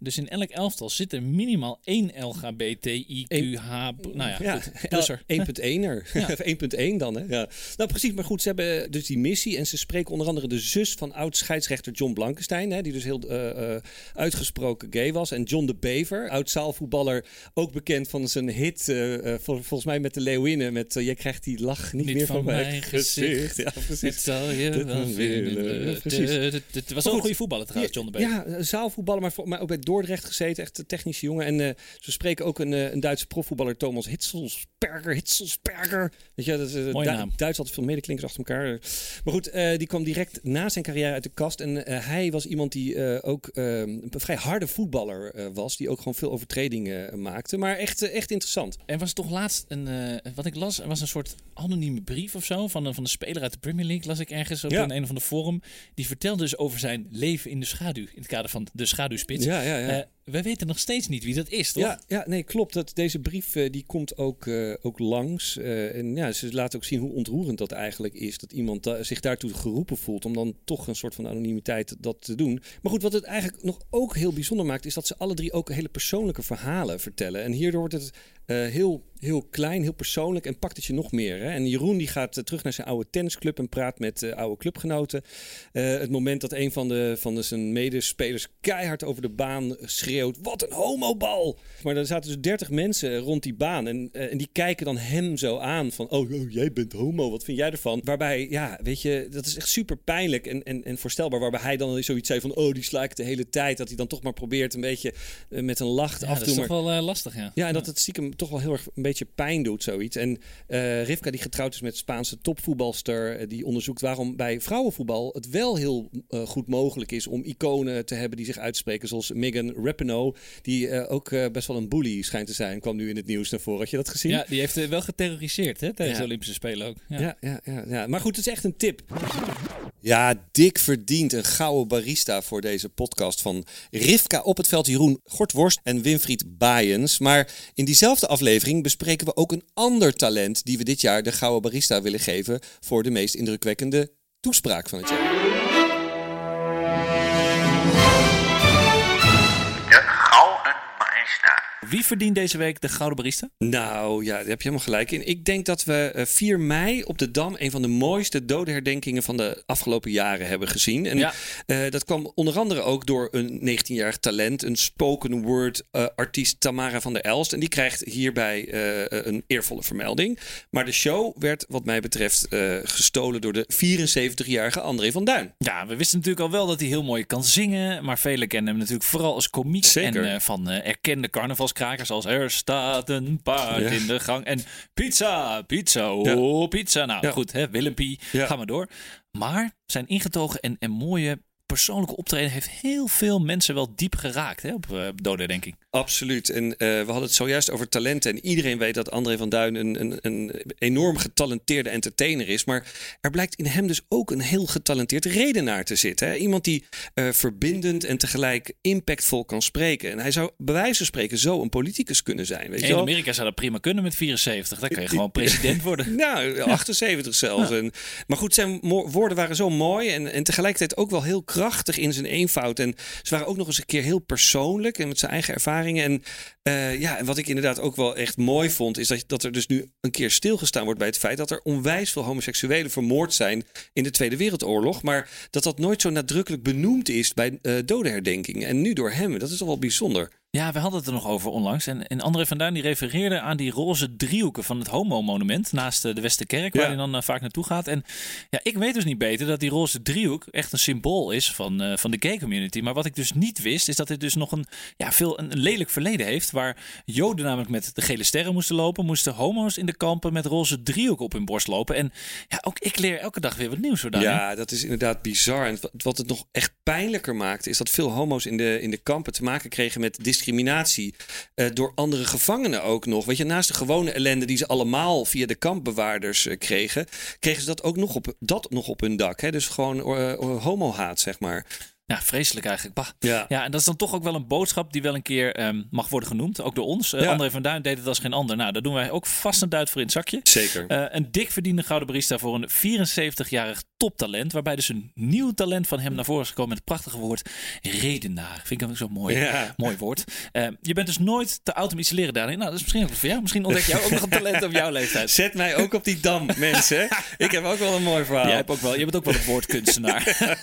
Speaker 2: Dus in elk elftal zit er minimaal één L G B T I Q H... Nou ja,
Speaker 1: Ja,
Speaker 2: goed. Plusser.
Speaker 1: één punt één-er.
Speaker 2: Ja.
Speaker 1: Of één punt één dan, hè? Ja. Nou, precies. Maar goed, ze hebben dus die missie. En ze spreken onder andere de zus van oud-scheidsrechter John Blankenstein. Hè, die dus heel uh, uh, uitgesproken gay was. En John de Bever, oud-zaalvoetballer. Ook bekend van zijn hit, uh, uh, vol, volgens mij met de Leeuwinnen. Met uh, jij krijgt die lach niet,
Speaker 2: Niet
Speaker 1: meer
Speaker 2: van
Speaker 1: van mijn
Speaker 2: mijn
Speaker 1: gezicht.
Speaker 2: gezicht.
Speaker 1: Ja, precies.
Speaker 2: Het zal je
Speaker 1: Dat
Speaker 2: wel
Speaker 1: we
Speaker 2: vinden.
Speaker 1: willen. Precies.
Speaker 2: Het was wel een goede voetballer trouwens, John de Bever.
Speaker 1: Ja, een zaalvoetballer, maar, voor, maar ook bij Dordrecht gezeten. Echt een technische jongen. En uh, ze spreken ook een, uh, een Duitse profvoetballer, Thomas Hitzelsperger. Hitzelsperger. Weet je, dat is, uh,
Speaker 2: Mooie
Speaker 1: Du-
Speaker 2: naam.
Speaker 1: Duits had veel medeklinkers achter elkaar. Maar goed, uh, die kwam direct na zijn carrière uit de kast. En uh, hij was iemand die uh, ook uh, een vrij harde voetballer uh, was. Die ook gewoon veel overtredingen uh, maakte. Maar echt, uh, echt interessant.
Speaker 2: Er was toch laatst een, uh, wat ik las, er was een soort anonieme brief of zo van een, van een speler uit de Premier League, las ik ergens op
Speaker 1: Ja.
Speaker 2: een, een of andere forum. Die vertelde dus over zijn leven in de schaduw, in het kader van de schaduwspits.
Speaker 1: Ja, ja, ja.
Speaker 2: Uh, wij weten nog steeds niet wie dat is, toch?
Speaker 1: Ja, ja, nee, klopt. Dat, deze brief uh, die komt ook, uh, ook langs. Uh, en ja, ze laten ook zien hoe ontroerend dat eigenlijk is. Dat iemand da- zich daartoe geroepen voelt om dan toch een soort van anonimiteit dat te doen. Maar goed, wat het eigenlijk nog ook heel bijzonder maakt, is dat ze alle drie ook hele persoonlijke verhalen vertellen. En hierdoor wordt het uh, heel, heel klein, heel persoonlijk en pakt het je nog meer. Hè? En Jeroen die gaat uh, terug naar zijn oude tennisclub en praat met uh, oude clubgenoten. Uh, het moment dat een van, de, van de zijn medespelers keihard over de baan schreeuwt: wat een homobal! Maar er zaten dus dertig mensen rond die baan. En, uh, en die kijken dan hem zo aan van: oh, oh, jij bent homo, wat vind jij ervan? Waarbij, ja, weet je, dat is echt super pijnlijk en, en, en voorstelbaar. Waarbij hij dan zoiets zei van: oh, die sla ik de hele tijd. Dat hij dan toch maar probeert een beetje uh, met een lach
Speaker 2: Ja,
Speaker 1: af
Speaker 2: dat
Speaker 1: te
Speaker 2: is
Speaker 1: doen.
Speaker 2: toch
Speaker 1: Maar
Speaker 2: wel uh, lastig, ja.
Speaker 1: ja, en dat het stiekem toch wel heel erg een beetje pijn doet, zoiets. En uh, Rivka, die getrouwd is met Spaanse topvoetbalster, uh, die onderzoekt waarom bij vrouwenvoetbal het wel heel uh, goed mogelijk is om iconen te hebben die zich uitspreken. Zoals Megan Rapinoe, die uh, ook uh, best wel een bully schijnt te zijn. Kwam nu in het nieuws naar voren. Had je dat gezien?
Speaker 2: Ja, die heeft uh, wel geterroriseerd hè, tijdens
Speaker 1: Ja.
Speaker 2: de Olympische Spelen ook. Ja.
Speaker 1: Ja, ja, ja, ja. Maar goed, het is echt een tip. Ja, dik verdient een gouden barista voor deze podcast van Rivka op het veld, Jeroen Gortworst en Winfried Baaiens. Maar in diezelfde aflevering bespreken we ook een ander talent die we dit jaar de gouden barista willen geven voor de meest indrukwekkende toespraak van het jaar.
Speaker 3: De Gouden Barista.
Speaker 2: Wie verdient deze week de Gouden Barista?
Speaker 1: Nou ja, daar heb je helemaal gelijk in. Ik denk dat we uh, vier mei op de Dam een van de mooiste dodenherdenkingen van de afgelopen jaren hebben gezien. En
Speaker 2: Ja.
Speaker 1: uh, dat kwam onder andere ook door een negentienjarig talent, een spoken word uh, artiest Tamara van der Elst. En die krijgt hierbij uh, een eervolle vermelding. Maar de show werd wat mij betreft uh, gestolen door de vierenzeventigjarige André van Duin.
Speaker 2: Ja, we wisten natuurlijk al wel dat hij heel mooi kan zingen. Maar velen kennen hem natuurlijk vooral als komiek.
Speaker 1: Zeker.
Speaker 2: En uh, van uh, erkende carnavalskrakers als er staat een paard
Speaker 1: Ja.
Speaker 2: in de gang. En pizza, pizza, oh pizza. Nou
Speaker 1: Ja.
Speaker 2: goed, hè, Willempie,
Speaker 1: Ja.
Speaker 2: ga maar door. Maar zijn ingetogen en, en mooie persoonlijke optreden heeft heel veel mensen wel diep geraakt hè, op uh, dodenherdenking.
Speaker 1: Absoluut. En uh, we hadden het zojuist over talenten. En iedereen weet dat André van Duin een, een, een enorm getalenteerde entertainer is. Maar er blijkt in hem dus ook een heel getalenteerd redenaar te zitten. Hè? Iemand die uh, verbindend en tegelijk impactvol kan spreken. En hij zou bij wijze van spreken zo een politicus kunnen zijn. Weet je
Speaker 2: In
Speaker 1: wel?
Speaker 2: Amerika zou dat prima kunnen met vierenzeventig. Dan kan je gewoon president worden.
Speaker 1: Nou, achtenzeventig zelfs. En, maar goed, zijn mo- woorden waren zo mooi en, en tegelijkertijd ook wel heel krachtig in zijn eenvoud. En ze waren ook nog eens een keer heel persoonlijk en met zijn eigen ervaringen. En, uh, ja, en wat ik inderdaad ook wel echt mooi vond, is dat, dat er dus nu een keer stilgestaan wordt bij het feit dat er onwijs veel homoseksuelen vermoord zijn in de Tweede Wereldoorlog. Maar dat dat nooit zo nadrukkelijk benoemd is bij uh, dodenherdenkingen. En nu door hem. Dat is toch wel bijzonder.
Speaker 2: Ja, we hadden het er nog over onlangs. En, en André van Duin die refereerde aan die roze driehoeken van het homo-monument naast uh, de Westerkerk, waar
Speaker 1: Ja.
Speaker 2: hij dan uh, vaak naartoe gaat. En ja, ik weet dus niet beter dat die roze driehoek echt een symbool is van, uh, van de gay community. Maar wat ik dus niet wist, is dat dit dus nog een, ja, veel, een, een lelijk verleden heeft. Waar Joden namelijk met de gele sterren moesten lopen, moesten homo's in de kampen met roze driehoeken op hun borst lopen. En ja, ook ik leer elke dag weer wat nieuws. Zo, Daniel.
Speaker 1: Ja, dat is inderdaad bizar. En wat het nog echt pijnlijker maakt, is dat veel homo's in de, in de kampen te maken kregen met discriminatie uh, door andere gevangenen ook nog. Weet je, naast de gewone ellende die ze allemaal via de kampbewaarders uh, kregen, kregen ze dat ook nog op, dat nog op hun dak. Hè? Dus gewoon uh, uh, homohaat, zeg maar.
Speaker 2: Ja, vreselijk eigenlijk. Bah.
Speaker 1: Ja.
Speaker 2: Ja, en dat is dan toch ook wel een boodschap die wel een keer um, mag worden genoemd. Ook door ons. Uh,
Speaker 1: Ja.
Speaker 2: André van Duin deed het als geen ander. Nou, daar doen wij ook vast een duit voor in het zakje.
Speaker 1: Zeker.
Speaker 2: Uh, een dik verdiende gouden barista voor een vierenzeventigjarig toptalent. Waarbij dus een nieuw talent van hem naar voren is gekomen met het prachtige woord redenaar. Vind ik hem zo mooi.
Speaker 1: Ja.
Speaker 2: Mooi woord. Uh, je bent dus nooit te oud om iets te leren, Daniel. Nou, dat is misschien ook wat voor jou. Misschien ontdek jij ook nog een talent op jouw leeftijd.
Speaker 1: Zet mij ook op die dam, mensen. Ik heb ook wel een mooi verhaal.
Speaker 2: Jij hebt ook wel, je bent ook wel een woordkunstenaar.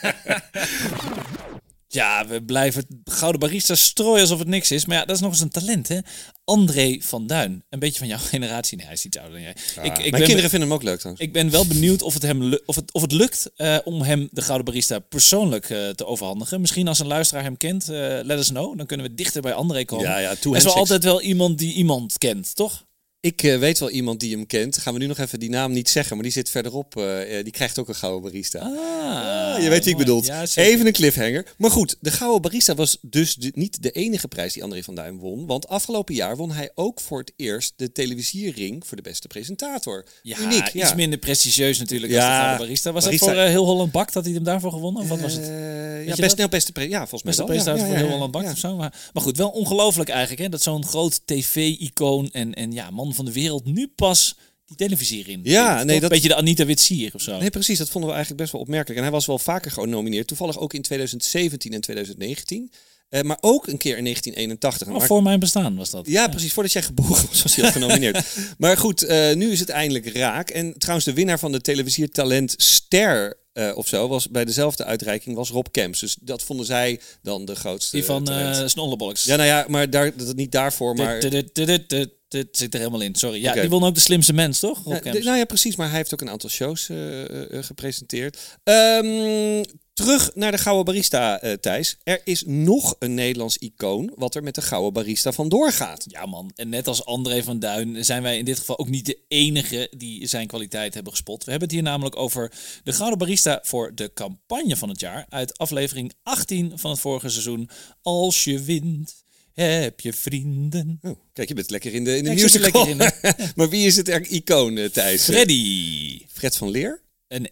Speaker 2: Ja, we blijven gouden barista strooien alsof het niks is. Maar ja, dat is nog eens een talent, hè? André van Duin. Een beetje van jouw generatie. Nee, hij is iets ouder dan jij.
Speaker 1: Ah,
Speaker 2: ik, ik
Speaker 1: mijn
Speaker 2: ben,
Speaker 1: kinderen vinden hem ook leuk trouwens.
Speaker 2: Ik ben wel benieuwd of het, hem lu- of het, of het lukt uh, om hem de gouden barista persoonlijk uh, te overhandigen. Misschien als een luisteraar hem kent, uh, let us know. Dan kunnen we dichter bij André komen.
Speaker 1: Ja, ja,
Speaker 2: er is wel altijd wel iemand die iemand kent, toch?
Speaker 1: Ik uh, weet wel iemand die hem kent. Gaan we nu nog even die naam niet zeggen, maar die zit verderop. Uh, die krijgt ook een gouden barista.
Speaker 2: Ah,
Speaker 1: ah, je weet wie ik bedoel.
Speaker 2: Ja,
Speaker 1: even een cliffhanger. Maar goed, de gouden barista was dus de, niet de enige prijs die André van Duin won. Want afgelopen jaar won hij ook voor het eerst de televisierring voor de beste presentator.
Speaker 2: Ja,
Speaker 1: Uniek.
Speaker 2: iets
Speaker 1: Ja.
Speaker 2: minder prestigieus natuurlijk
Speaker 1: Ja,
Speaker 2: als de gouden barista. Was
Speaker 1: barista.
Speaker 2: dat voor uh, Heel Holland Bakt dat hij hem daarvoor gewonnen? Of wat was het?
Speaker 1: Uh, ja,
Speaker 2: je
Speaker 1: best, nou, beste pre- ja, volgens mij
Speaker 2: Beste
Speaker 1: wel.
Speaker 2: presentator
Speaker 1: Ja, ja,
Speaker 2: voor
Speaker 1: ja,
Speaker 2: Heel Holland Bakt
Speaker 1: ja.
Speaker 2: of zo. Maar, maar goed, wel ongelooflijk eigenlijk, hè? Dat zo'n groot tv-icoon en, en ja, man van de wereld nu pas die televisie in.
Speaker 1: Ja,
Speaker 2: Toch?
Speaker 1: nee, dat...
Speaker 2: Beetje de Anita Witsier of zo.
Speaker 1: Nee, precies. Dat vonden we eigenlijk best wel opmerkelijk. En hij was wel vaker genomineerd. Toevallig ook in twintig zeventien en twintig negentien. Uh, maar ook een keer in negentien eenentachtig.
Speaker 2: Oh,
Speaker 1: maar...
Speaker 2: voor mijn bestaan was dat.
Speaker 1: Ja, ja, precies. Voordat jij geboren was, was hij al genomineerd. Maar goed, uh, nu is het eindelijk raak. En trouwens, de winnaar van de televisiertalent Ster... Uh, of zo, was bij dezelfde uitreiking was Rob Kemps. Dus dat vonden zij dan de grootste.
Speaker 2: Die van
Speaker 1: uh,
Speaker 2: Snollebolks.
Speaker 1: Ja, nou ja, maar daar, dat niet daarvoor, maar...
Speaker 2: Het zit er helemaal in, sorry. Ja,
Speaker 1: okay.
Speaker 2: Die won ook de slimste mens, toch? Rob
Speaker 1: Ja,
Speaker 2: Kemps.
Speaker 1: de, nou ja, precies. Maar hij heeft ook een aantal shows uh, uh, gepresenteerd. Um, terug naar de Gouden Barista, uh, Thijs. Er is nog een Nederlands icoon wat er met de Gouden Barista vandoor gaat.
Speaker 2: Ja man, en net als André van Duin zijn wij in dit geval ook niet de enige die zijn kwaliteit hebben gespot. We hebben het hier namelijk over de Gouden Barista voor de campagne van het jaar. Uit aflevering achttien van het vorige seizoen. Als je wint, heb je vrienden.
Speaker 1: Oh, kijk, je bent lekker in de, in de
Speaker 2: Kijk,
Speaker 1: musical.
Speaker 2: lekker in, ja.
Speaker 1: Maar wie is het er icoon, uh, Thijs?
Speaker 2: Freddy.
Speaker 1: Fred van Leer?
Speaker 2: En...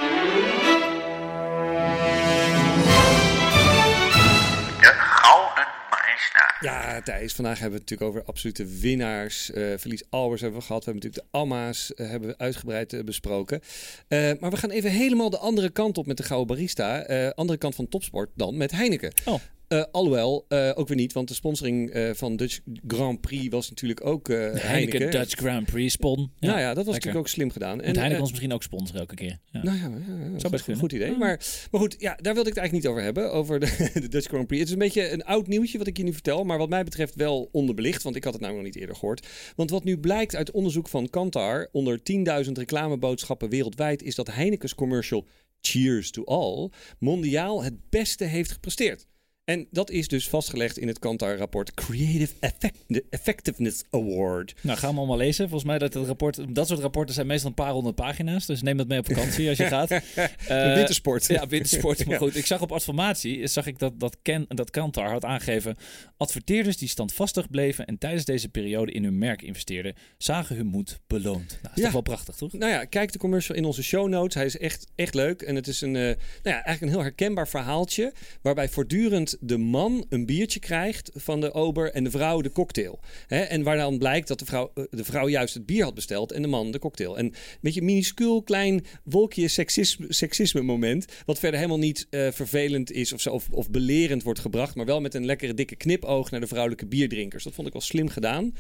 Speaker 1: Ja, Thijs, vandaag hebben we het natuurlijk over absolute winnaars. Uh, Verlies Albers hebben we gehad. We hebben natuurlijk de Alma's uh, hebben we uitgebreid uh, besproken. Uh, maar we gaan even helemaal de andere kant op met de Gouden Barista. Uh, andere kant van topsport dan met Heineken.
Speaker 2: Oh.
Speaker 1: Uh, alhoewel, uh, ook weer niet, want de sponsoring uh, van Dutch Grand Prix was natuurlijk ook uh, Heineken.
Speaker 2: Heineken Dutch Grand Prix spon.
Speaker 1: Ja, nou ja, dat was
Speaker 2: lekker.
Speaker 1: natuurlijk ook slim gedaan.
Speaker 2: En
Speaker 1: en
Speaker 2: Heineken
Speaker 1: uh,
Speaker 2: ons misschien ook sponsoren elke keer. Ja.
Speaker 1: Nou ja, ja, ja
Speaker 2: zou best
Speaker 1: een goed idee. Maar, maar goed, ja, daar wilde ik het eigenlijk niet over hebben, over de, de Dutch Grand Prix. Het is een beetje een oud nieuwtje wat ik je nu vertel, maar wat mij betreft wel onderbelicht, want ik had het namelijk nog niet eerder gehoord. Want wat nu blijkt uit onderzoek van Kantar, onder tienduizend reclameboodschappen wereldwijd, is dat Heineken's commercial Cheers to All mondiaal het beste heeft gepresteerd. En dat is dus vastgelegd in het Kantar-rapport Creative Effect- Effectiveness Award.
Speaker 2: Nou, gaan we allemaal lezen. Volgens mij dat het rapport, dat soort rapporten zijn meestal een paar honderd pagina's. Dus neem dat mee op vakantie als je gaat.
Speaker 1: Uh, wintersport.
Speaker 2: Ja, wintersport. Maar
Speaker 1: ja.
Speaker 2: goed, ik zag op Adformatie, zag ik dat, dat, Ken, dat Kantar had aangegeven. Adverteerders die standvastig bleven en tijdens deze periode in hun merk investeerden, zagen hun moed beloond. Nou, is
Speaker 1: ja.
Speaker 2: toch wel prachtig, toch?
Speaker 1: Nou ja, kijk de commercial in onze show notes. Hij is echt, echt leuk. En het is een, uh, nou ja, eigenlijk een heel herkenbaar verhaaltje, waarbij voortdurend de man een biertje krijgt van de ober en de vrouw de cocktail. Hè? En waar dan blijkt dat de vrouw, de vrouw juist het bier had besteld en de man de cocktail. En een beetje een minuscuul klein wolkje seksisme, seksisme moment, wat verder helemaal niet uh, vervelend is of, zo, of, of belerend wordt gebracht, maar wel met een lekkere dikke knipoog naar de vrouwelijke bierdrinkers. Dat vond ik wel slim gedaan.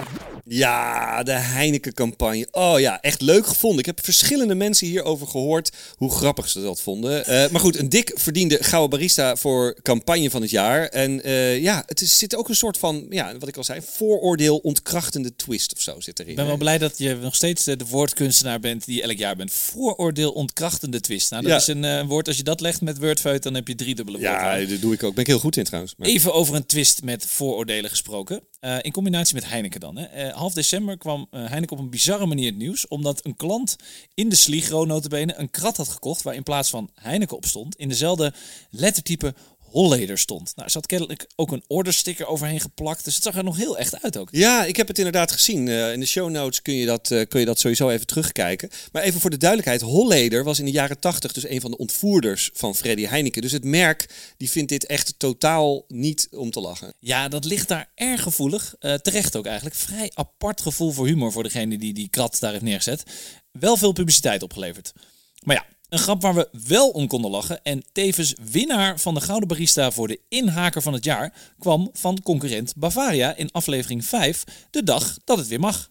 Speaker 1: Ja, de Heineken-campagne. Oh ja, echt leuk gevonden. Ik heb verschillende mensen hierover gehoord hoe grappig ze dat vonden. Uh, maar goed, een dik verdiende Gouden Barista voor campagne van het jaar. En uh, ja, het is, zit ook een soort van, ja, wat ik al zei, vooroordeel ontkrachtende twist of zo zit erin.
Speaker 2: Ik ben wel blij dat je nog steeds de woordkunstenaar bent die elk jaar bent. Vooroordeel ontkrachtende twist. Nou, dat
Speaker 1: ja.
Speaker 2: is een uh, woord, als je dat legt met Wordfeut, dan heb je drie dubbele woorden.
Speaker 1: Ja, dat doe ik ook. Ben ik heel goed in trouwens. Maar...
Speaker 2: Even over een twist met vooroordelen gesproken. Uh, in combinatie met Heineken dan. Hè. Uh, half december kwam uh, Heineken op een bizarre manier het nieuws. Omdat een klant in de Sligro notabene een krat had gekocht waar in plaats van Heineken op stond, in dezelfde lettertype Holleder stond. Nou, er zat kennelijk ook een ordersticker overheen geplakt. Dus het zag er nog heel echt uit ook.
Speaker 1: Ja, ik heb het inderdaad gezien. Uh, in de show notes kun je, dat, uh, kun je dat sowieso even terugkijken. Maar even voor de duidelijkheid. Holleder was in de jaren tachtig dus een van de ontvoerders van Freddy Heineken. Dus het merk die vindt dit echt totaal niet om te lachen.
Speaker 2: Ja, dat ligt daar erg gevoelig. Uh, terecht ook eigenlijk. Vrij apart gevoel voor humor voor degene die die krat daar heeft neergezet. Wel veel publiciteit opgeleverd. Maar ja, een grap waar we wel om konden lachen en tevens winnaar van de Gouden Barista voor de inhaker van het jaar kwam van concurrent Bavaria in aflevering vijf, de dag dat het weer mag.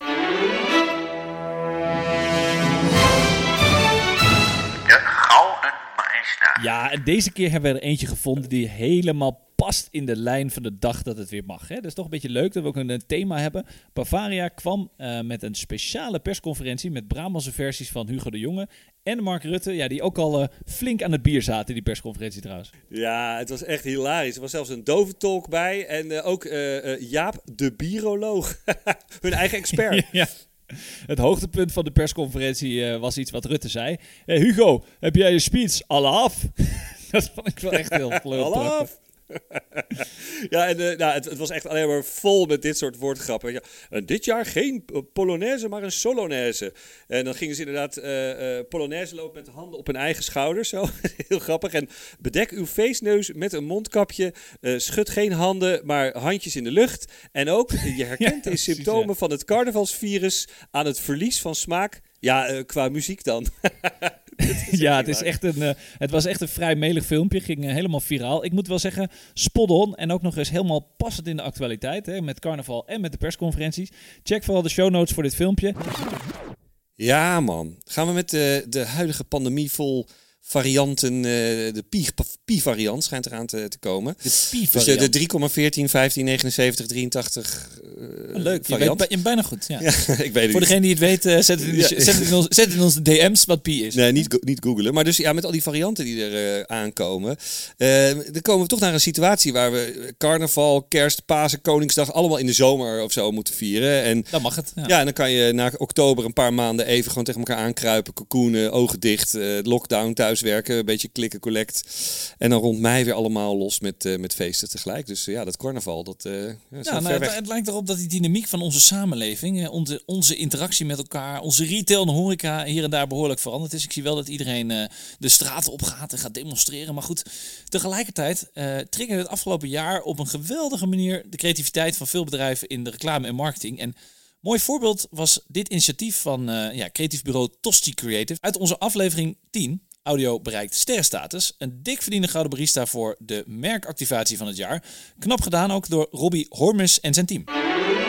Speaker 3: De Gouden Barista.
Speaker 5: Ja, en deze keer hebben we er eentje gevonden die helemaal past in de lijn van de dag dat het weer mag. Hè? Dat is toch een beetje leuk dat we ook een thema hebben. Bavaria kwam uh, met een speciale persconferentie met Brabantse versies van Hugo de Jonge en Mark Rutte, ja, die ook al uh, flink aan het bier zaten, die persconferentie trouwens.
Speaker 1: Ja, het was echt hilarisch. Er was zelfs een doventolk bij en uh, ook uh, uh, Jaap de Biroloog, hun eigen expert.
Speaker 5: Ja. Het hoogtepunt van de persconferentie uh, was iets wat Rutte zei. Hey Hugo, heb jij je speech al af? Dat vond ik wel echt heel leuk.
Speaker 1: Al af? Ja, en uh, nou, het, het was echt alleen maar vol met dit soort woordgrappen. Ja, uh, dit jaar geen Polonaise, maar een Solonaise. En dan gingen ze inderdaad uh, uh, Polonaise lopen met de handen op hun eigen schouders. Zo. Heel grappig. En bedek uw feestneus met een mondkapje. Uh, schud geen handen, maar handjes in de lucht. En ook, je herkent ja, de symptomen ja. van het carnavalsvirus aan het verlies van smaak. Ja, uh, qua muziek dan.
Speaker 5: Ja, het, is echt een, uh, het was echt een vrij melig filmpje. Ging uh, helemaal viraal. Ik moet wel zeggen, spot on. En ook nog eens helemaal passend in de actualiteit. Hè, met carnaval en met de persconferenties. Check vooral de show notes voor dit filmpje.
Speaker 1: Ja man, gaan we met de, de huidige pandemie vol varianten, uh, de pi-variant schijnt eraan te, te komen.
Speaker 5: De pi-variant.
Speaker 1: Dus de, de drie komma veertien, vijftien, negenenzeventig, drieëntachtig uh,
Speaker 2: leuk, je
Speaker 1: variant.
Speaker 2: weet, je bijna goed. Ja.
Speaker 1: Ja, ik weet het
Speaker 2: Voor degene die het weet, uh, zet, het in de,
Speaker 1: ja.
Speaker 2: zet, het in ons, zet het in onze D M's wat pi is.
Speaker 1: Nee, niet, go- niet googlen. Maar dus ja, met al die varianten die er uh, aankomen, uh, dan komen we toch naar een situatie waar we carnaval, kerst, Pasen, Koningsdag allemaal in de zomer of zo moeten vieren. En
Speaker 2: dan mag het. Ja.
Speaker 1: ja, en dan kan je na oktober een paar maanden even gewoon tegen elkaar aankruipen, cocoonen, ogen dicht, uh, lockdown, thuiswerken, een beetje klikken, collect. En dan rond mei weer allemaal los met, uh, met feesten tegelijk. Dus uh, ja, dat carnaval, dat uh, ja, is
Speaker 2: ja,
Speaker 1: wel
Speaker 2: nou,
Speaker 1: ver
Speaker 2: het,
Speaker 1: weg.
Speaker 2: het lijkt erop dat die dynamiek van onze samenleving, eh, onze, onze interactie met elkaar, onze retail en horeca hier en daar behoorlijk veranderd is. Ik zie wel dat iedereen uh, de straten op gaat en gaat demonstreren. Maar goed, tegelijkertijd uh, triggerde het afgelopen jaar op een geweldige manier de creativiteit van veel bedrijven in de reclame en marketing. En mooi voorbeeld was dit initiatief van uh, ja, creatief bureau Tosti Creative uit onze aflevering tien. Audio bereikt sterrenstatus. Een dik verdiende Gouden Barista voor de merkactivatie van het jaar. Knap gedaan ook door Robbie Hormus en zijn team.
Speaker 3: De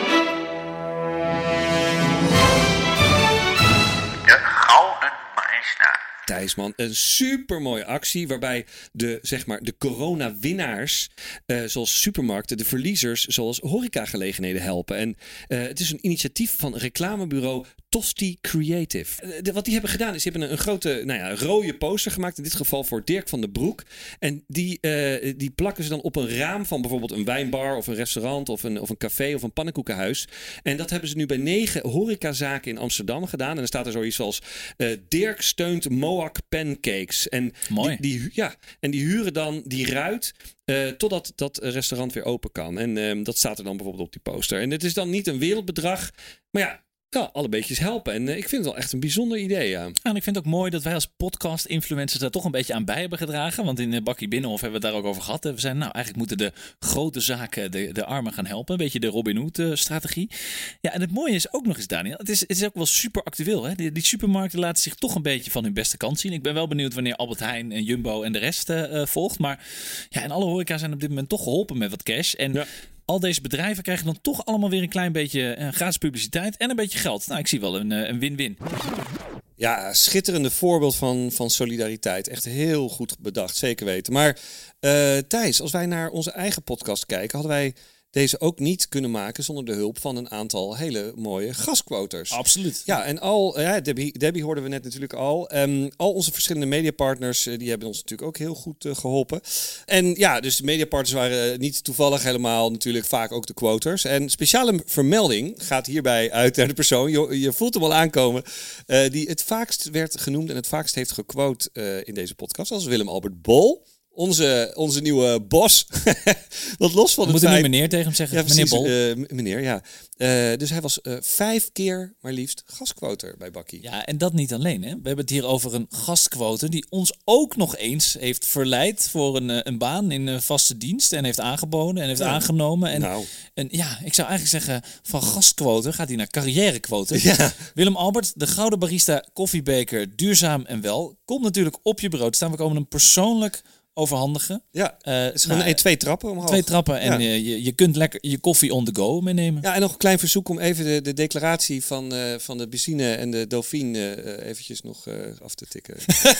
Speaker 3: Gouden Barista.
Speaker 1: Thijs, man, een supermooie actie waarbij de, zeg maar, de corona-winnaars, uh, zoals supermarkten, de verliezers, zoals horecagelegenheden helpen. En uh, het is een initiatief van reclamebureau Tosti Creative. Uh, de, wat die hebben gedaan is, ze hebben een, een grote, nou ja, rode poster gemaakt, in dit geval voor Dirk van den Broek. En die, uh, die plakken ze dan op een raam van bijvoorbeeld een wijnbar of een restaurant of een, of een café of een pannenkoekenhuis. En dat hebben ze nu bij negen horecazaken in Amsterdam gedaan. En dan staat er zoiets als uh, Dirk steunt Moak Pancakes. En
Speaker 2: Mooi.
Speaker 1: Die, die, ja, en die huren dan die ruit uh, totdat dat restaurant weer open kan. En uh, dat staat er dan bijvoorbeeld op die poster. En het is dan niet een wereldbedrag, maar ja, ja, alle beetjes helpen. En uh, ik vind het wel echt een bijzonder idee, ja.
Speaker 2: Ja, en ik vind het ook mooi dat wij als podcast-influencers daar toch een beetje aan bij hebben gedragen. Want in de Bakkie Binnenhof hebben we het daar ook over gehad. We zijn nou, eigenlijk moeten de grote zaken de, de armen gaan helpen. Een beetje de Robin Hood-strategie. Ja, en het mooie is ook nog eens, Daniel, het is, het is ook wel super actueel. Hè? Die, die supermarkten laten zich toch een beetje van hun beste kant zien. Ik ben wel benieuwd wanneer Albert Heijn en Jumbo en de rest uh, volgt. Maar ja, en alle horeca zijn op dit moment toch geholpen met wat cash. En ja. Al deze bedrijven krijgen dan toch allemaal weer een klein beetje uh, gratis publiciteit en een beetje geld. Nou, ik zie wel een, uh, een win-win.
Speaker 1: Ja, schitterende voorbeeld van, van solidariteit. Echt heel goed bedacht, zeker weten. Maar uh, Thijs, als wij naar onze eigen podcast kijken, hadden wij deze ook niet kunnen maken zonder de hulp van een aantal hele mooie gastquoters.
Speaker 2: Absoluut.
Speaker 1: Ja, en al, ja, Debbie, Debbie hoorden we net natuurlijk al. Um, al onze verschillende mediapartners, uh, die hebben ons natuurlijk ook heel goed uh, geholpen. En ja, dus de mediapartners waren uh, niet toevallig helemaal natuurlijk vaak ook de quoters. En speciale vermelding gaat hierbij uit naar de persoon, je, je voelt hem al aankomen, uh, die het vaakst werd genoemd en het vaakst heeft gequote uh, in deze podcast. Dat is Willem Albert Bol. onze, onze nieuwe boss. Wat los van
Speaker 2: We
Speaker 1: het
Speaker 2: moeten
Speaker 1: feit...
Speaker 2: nu meneer tegen hem zeggen.
Speaker 1: Ja,
Speaker 2: meneer
Speaker 1: precies,
Speaker 2: Bol.
Speaker 1: eh, m- meneer, ja. Uh, dus hij was uh, vijf keer maar liefst gastquoter bij Bakkie.
Speaker 2: Ja, en dat niet alleen. Hè. We hebben het hier over een gastquote die ons ook nog eens heeft verleid voor een, uh, een baan in uh, vaste dienst. En heeft aangeboden en heeft
Speaker 1: Ja.
Speaker 2: aangenomen. En,
Speaker 1: Nou.
Speaker 2: en ja, ik zou eigenlijk zeggen, van gastquote gaat hij naar carrièrequote.
Speaker 1: Ja.
Speaker 2: Willem Albert, de gouden barista koffiebeker, duurzaam en wel, komt natuurlijk op je brood staan. We komen hem persoonlijk overhandigen.
Speaker 1: Ja,
Speaker 2: Uh,
Speaker 1: het is gewoon
Speaker 2: nou,
Speaker 1: een, twee trappen omhoog.
Speaker 2: Twee trappen en
Speaker 1: Ja.
Speaker 2: uh, je, je kunt lekker je koffie on the go meenemen.
Speaker 1: Ja, en nog een klein verzoek om even de, de declaratie van, uh, van de Bissine en de Dauphine uh, eventjes nog uh, af te tikken.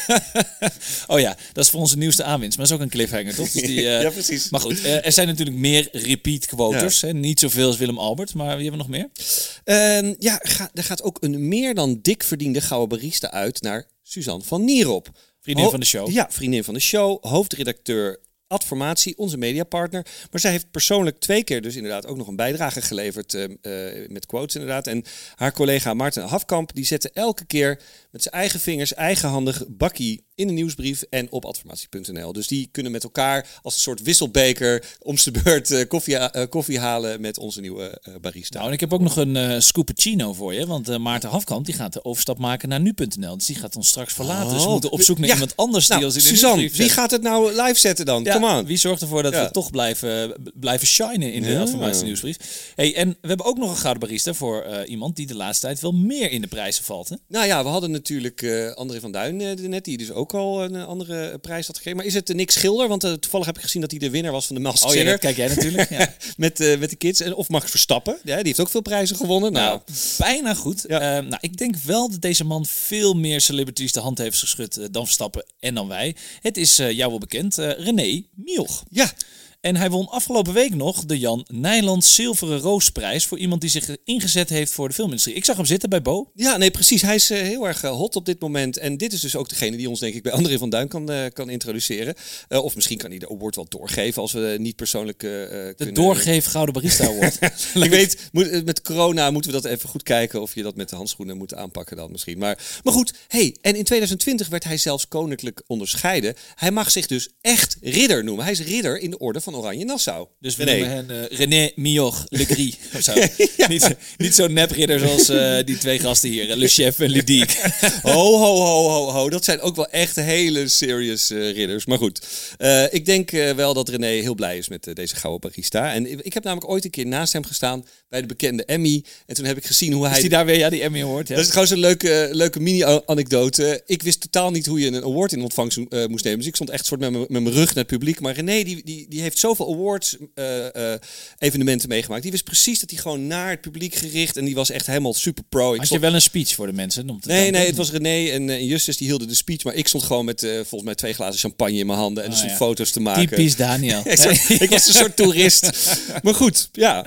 Speaker 2: Oh ja, dat is voor onze nieuwste aanwinst. Maar dat is ook een cliffhanger, toch? Dus die, uh,
Speaker 1: ja, precies.
Speaker 2: Maar goed, uh, er zijn natuurlijk meer repeat quoters.
Speaker 1: Ja.
Speaker 2: Hè? Niet zoveel als Willem Albert, maar wie hebben we nog meer?
Speaker 1: Uh, ja, ga, er gaat ook een meer dan dik verdiende gouden barista uit naar Suzanne van Nierop.
Speaker 2: Vriendin
Speaker 1: Ho-
Speaker 2: van de show.
Speaker 1: Ja, vriendin van de show, hoofdredacteur Adformatie, onze mediapartner. Maar zij heeft persoonlijk twee keer dus inderdaad ook nog een bijdrage geleverd uh, uh, met quotes inderdaad. En haar collega Maarten Hafkamp, die zette elke keer met zijn eigen vingers, eigenhandig Bakkie in de nieuwsbrief en op adformatie punt n l. Dus die kunnen met elkaar als een soort wisselbeker om de beurt uh, koffie, uh, koffie halen met onze nieuwe uh, barista.
Speaker 2: Nou, en ik heb ook nog een uh, scoopuccino voor je. Want uh, Maarten Hafkamp die gaat de overstap maken naar nu punt n l. Dus die gaat ons straks verlaten.
Speaker 1: Oh.
Speaker 2: Dus we moeten op zoek naar
Speaker 1: Ja.
Speaker 2: iemand anders
Speaker 1: Nou,
Speaker 2: die ons in de
Speaker 1: Suzanne,
Speaker 2: nieuwsbrief
Speaker 1: wie
Speaker 2: zet.
Speaker 1: gaat het nou live zetten dan?
Speaker 2: Ja,
Speaker 1: Come on.
Speaker 2: wie zorgt ervoor dat
Speaker 1: Ja.
Speaker 2: we toch blijven, blijven shinen in de
Speaker 1: Ja.
Speaker 2: Adformatie nieuwsbrief? Hey, en we hebben ook nog een gouden barista voor uh, iemand die de laatste tijd wel meer in de prijzen valt. Hè?
Speaker 1: Nou ja, we hadden natuurlijk uh, André van Duin uh, net, die dus ook al een uh, andere prijs had gegeven. Maar is het uh, Nick Schilder? Want uh, toevallig heb ik gezien dat hij de winnaar was van de Masked
Speaker 2: Oh ja,
Speaker 1: Singer.
Speaker 2: dat kijk jij natuurlijk. Ja.
Speaker 1: met, uh, met de kids. En, of Max Verstappen. Ja, die heeft ook veel prijzen gewonnen. Nou,
Speaker 2: Nou, bijna goed.
Speaker 1: Ja.
Speaker 2: Uh, nou, ik denk wel dat deze man veel meer celebrities de hand heeft geschud uh, dan Verstappen en dan wij. Het is uh, jou wel bekend, uh, René Mioch.
Speaker 1: ja.
Speaker 2: En hij won afgelopen week nog de Jan Nijland Zilveren Roosprijs voor iemand die zich ingezet heeft voor de filmindustrie. Ik zag hem zitten bij Bo.
Speaker 1: Ja, nee, precies. Hij is uh, heel erg uh, hot op dit moment. En dit is dus ook degene die ons, denk ik, bij André van Duin kan, uh, kan introduceren. Uh, of misschien kan hij de award wel doorgeven als we uh, niet persoonlijk uh,
Speaker 2: De
Speaker 1: kunnen...
Speaker 2: Doorgeef Gouden Barista Award.
Speaker 1: Ik weet, moet, met corona moeten we dat even goed kijken of je dat met de handschoenen moet aanpakken dan misschien. Maar, maar goed, hey, en in twintig twintig werd hij zelfs koninklijk onderscheiden. Hij mag zich dus echt ridder noemen. Hij is ridder in de orde van Oranje Nassau.
Speaker 2: Dus we
Speaker 1: René.
Speaker 2: noemen hen uh, René Mioch Legris of zo.
Speaker 1: Ja.
Speaker 2: Niet, niet zo'n nepridder zoals uh, die twee gasten hier, Le Chef en Ludiek.
Speaker 1: Ho, ho, ho, ho, ho. Dat zijn ook wel echt hele serious uh, ridders. Maar goed, uh, ik denk uh, wel dat René heel blij is met uh, deze gouden barista. En ik heb namelijk ooit een keer naast hem gestaan bij de bekende Emmy. En toen heb ik gezien hoe hij...
Speaker 2: Is die daar weer, ja, die Emmy Award? Ja.
Speaker 1: Dat is gewoon zo'n leuke, leuke mini-anekdote. Ik wist totaal niet hoe je een award in ontvangst uh, moest nemen. Dus ik stond echt soort met mijn- met mijn rug naar het publiek. Maar René, die, die, die heeft zoveel awards uh, uh, evenementen meegemaakt. Die wist precies dat hij gewoon naar het publiek gericht. En die was echt helemaal super pro. Ik
Speaker 2: Had
Speaker 1: stond-
Speaker 2: je wel een speech voor de mensen? Om te
Speaker 1: Nee,
Speaker 2: danken?
Speaker 1: nee, het was René en, uh, en Justus die hielden de speech. Maar ik stond gewoon met uh, volgens mij twee glazen champagne in mijn handen. En
Speaker 2: Oh,
Speaker 1: er stond
Speaker 2: ja.
Speaker 1: foto's te maken.
Speaker 2: Typisch Daniel.
Speaker 1: Ik, zo- ik was een soort toerist. Maar goed, ja.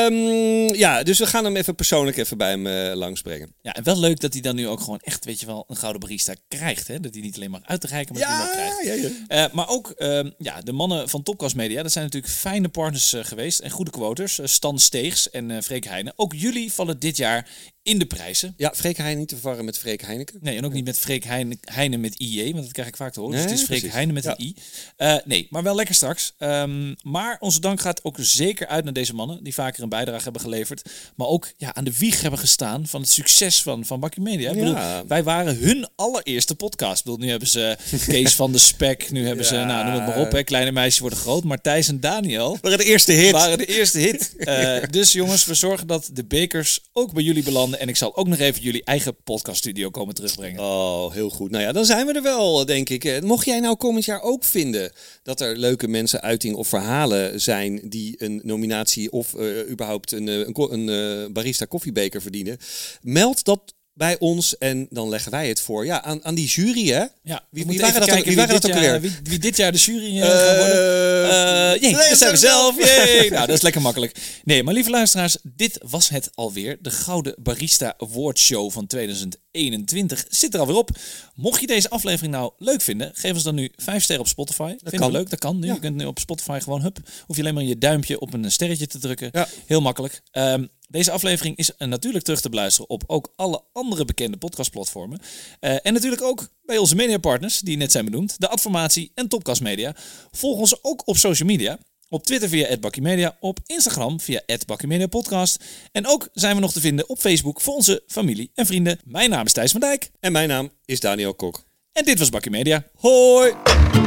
Speaker 1: Ehm, ja, dus we gaan hem even persoonlijk even bij hem uh, langsbrengen.
Speaker 2: Ja, en wel leuk dat hij dan nu ook gewoon echt, weet je wel, een gouden barista krijgt. Hè? Dat hij niet alleen maar uit te reiken, maar dat hij hem wel krijgt.
Speaker 1: ja, ja.
Speaker 2: Uh, maar ook uh, ja, de mannen van Topcast Media, dat zijn natuurlijk fijne partners uh, geweest en goede quoters. Uh, Stan Steegs en uh, Freek Heijnen. Ook jullie vallen dit jaar in de prijzen.
Speaker 1: Ja, Freek Heijnen niet te verwarren met Freek Heineken.
Speaker 2: Nee, en ook niet met Freek Heijnen, Heijnen met I J, want dat krijg ik vaak te horen.
Speaker 1: Nee,
Speaker 2: dus het is Freek
Speaker 1: precies.
Speaker 2: Heijnen met
Speaker 1: Ja.
Speaker 2: een I. Uh, nee, maar wel lekker straks. Um, maar onze dank gaat ook zeker uit naar deze mannen, die vaker een bijdrage hebben geleverd. Maar ook ja, aan de wieg hebben gestaan van het succes van, van Bakkie Media. Ik
Speaker 1: Ja.
Speaker 2: bedoel, wij waren hun allereerste podcast. Ik bedoel, nu hebben ze Kees van de Spek, nu hebben ze,
Speaker 1: Ja.
Speaker 2: nou noem het maar op, hè, kleine meisjes worden groot. Maar Thijs en Daniel
Speaker 1: We waren de eerste hit.
Speaker 2: waren de eerste hit. Uh, dus jongens, we zorgen dat de bekers ook bij jullie belanden. En ik zal ook nog even jullie eigen podcaststudio komen terugbrengen.
Speaker 1: Oh, heel goed. Nou ja, dan zijn we er wel, denk ik. Eh, Mocht jij nou komend jaar ook vinden dat er leuke mensen, uitingen of verhalen zijn die een nominatie of uh, überhaupt een, uh, een, ko- een uh, barista koffiebeker verdienen, meld dat bij ons en dan leggen wij het voor. Ja, aan, aan die jury, hè?
Speaker 2: Ja,
Speaker 1: Wie-
Speaker 2: we
Speaker 1: wie
Speaker 2: moeten
Speaker 1: waren
Speaker 2: even
Speaker 1: dat ook-
Speaker 2: kijken
Speaker 1: wie waren
Speaker 2: dit
Speaker 1: dat ook
Speaker 2: jaar-
Speaker 1: alweer?
Speaker 2: Wie, wie dit jaar de jury uh, gaat worden.
Speaker 1: Eh,
Speaker 2: Uh, jee,
Speaker 1: nee,
Speaker 2: dat zijn we
Speaker 1: dat-
Speaker 2: zelf. Jee. Nou, dat is lekker makkelijk. Nee, maar lieve luisteraars, dit was het alweer. De Gouden Barista Awardshow van tweeduizend eenentwintig zit er alweer op. Mocht je deze aflevering nou leuk vinden, geef ons dan nu vijf sterren op Spotify. Dat Vinden
Speaker 1: kan.
Speaker 2: we leuk, dat kan nu.
Speaker 1: Ja.
Speaker 2: Je kunt nu op Spotify gewoon, hup, hoef je alleen maar je duimpje op een sterretje te drukken.
Speaker 1: Ja.
Speaker 2: Heel makkelijk. Um, Deze aflevering is uh, natuurlijk terug te beluisteren op ook alle andere bekende podcastplatformen. Uh, en natuurlijk ook bij onze mediapartners, die net zijn benoemd, de Adformatie en Topcast Media. Volg ons ook op social media. Op Twitter via at Bakkie Media, op Instagram via at Bakkie Media Podcast. En ook zijn we nog te vinden op Facebook voor onze familie en vrienden. Mijn naam is Thijs van Dijk.
Speaker 1: En mijn naam is Daniel Kok.
Speaker 2: En dit was Bakkie Media. Hoi!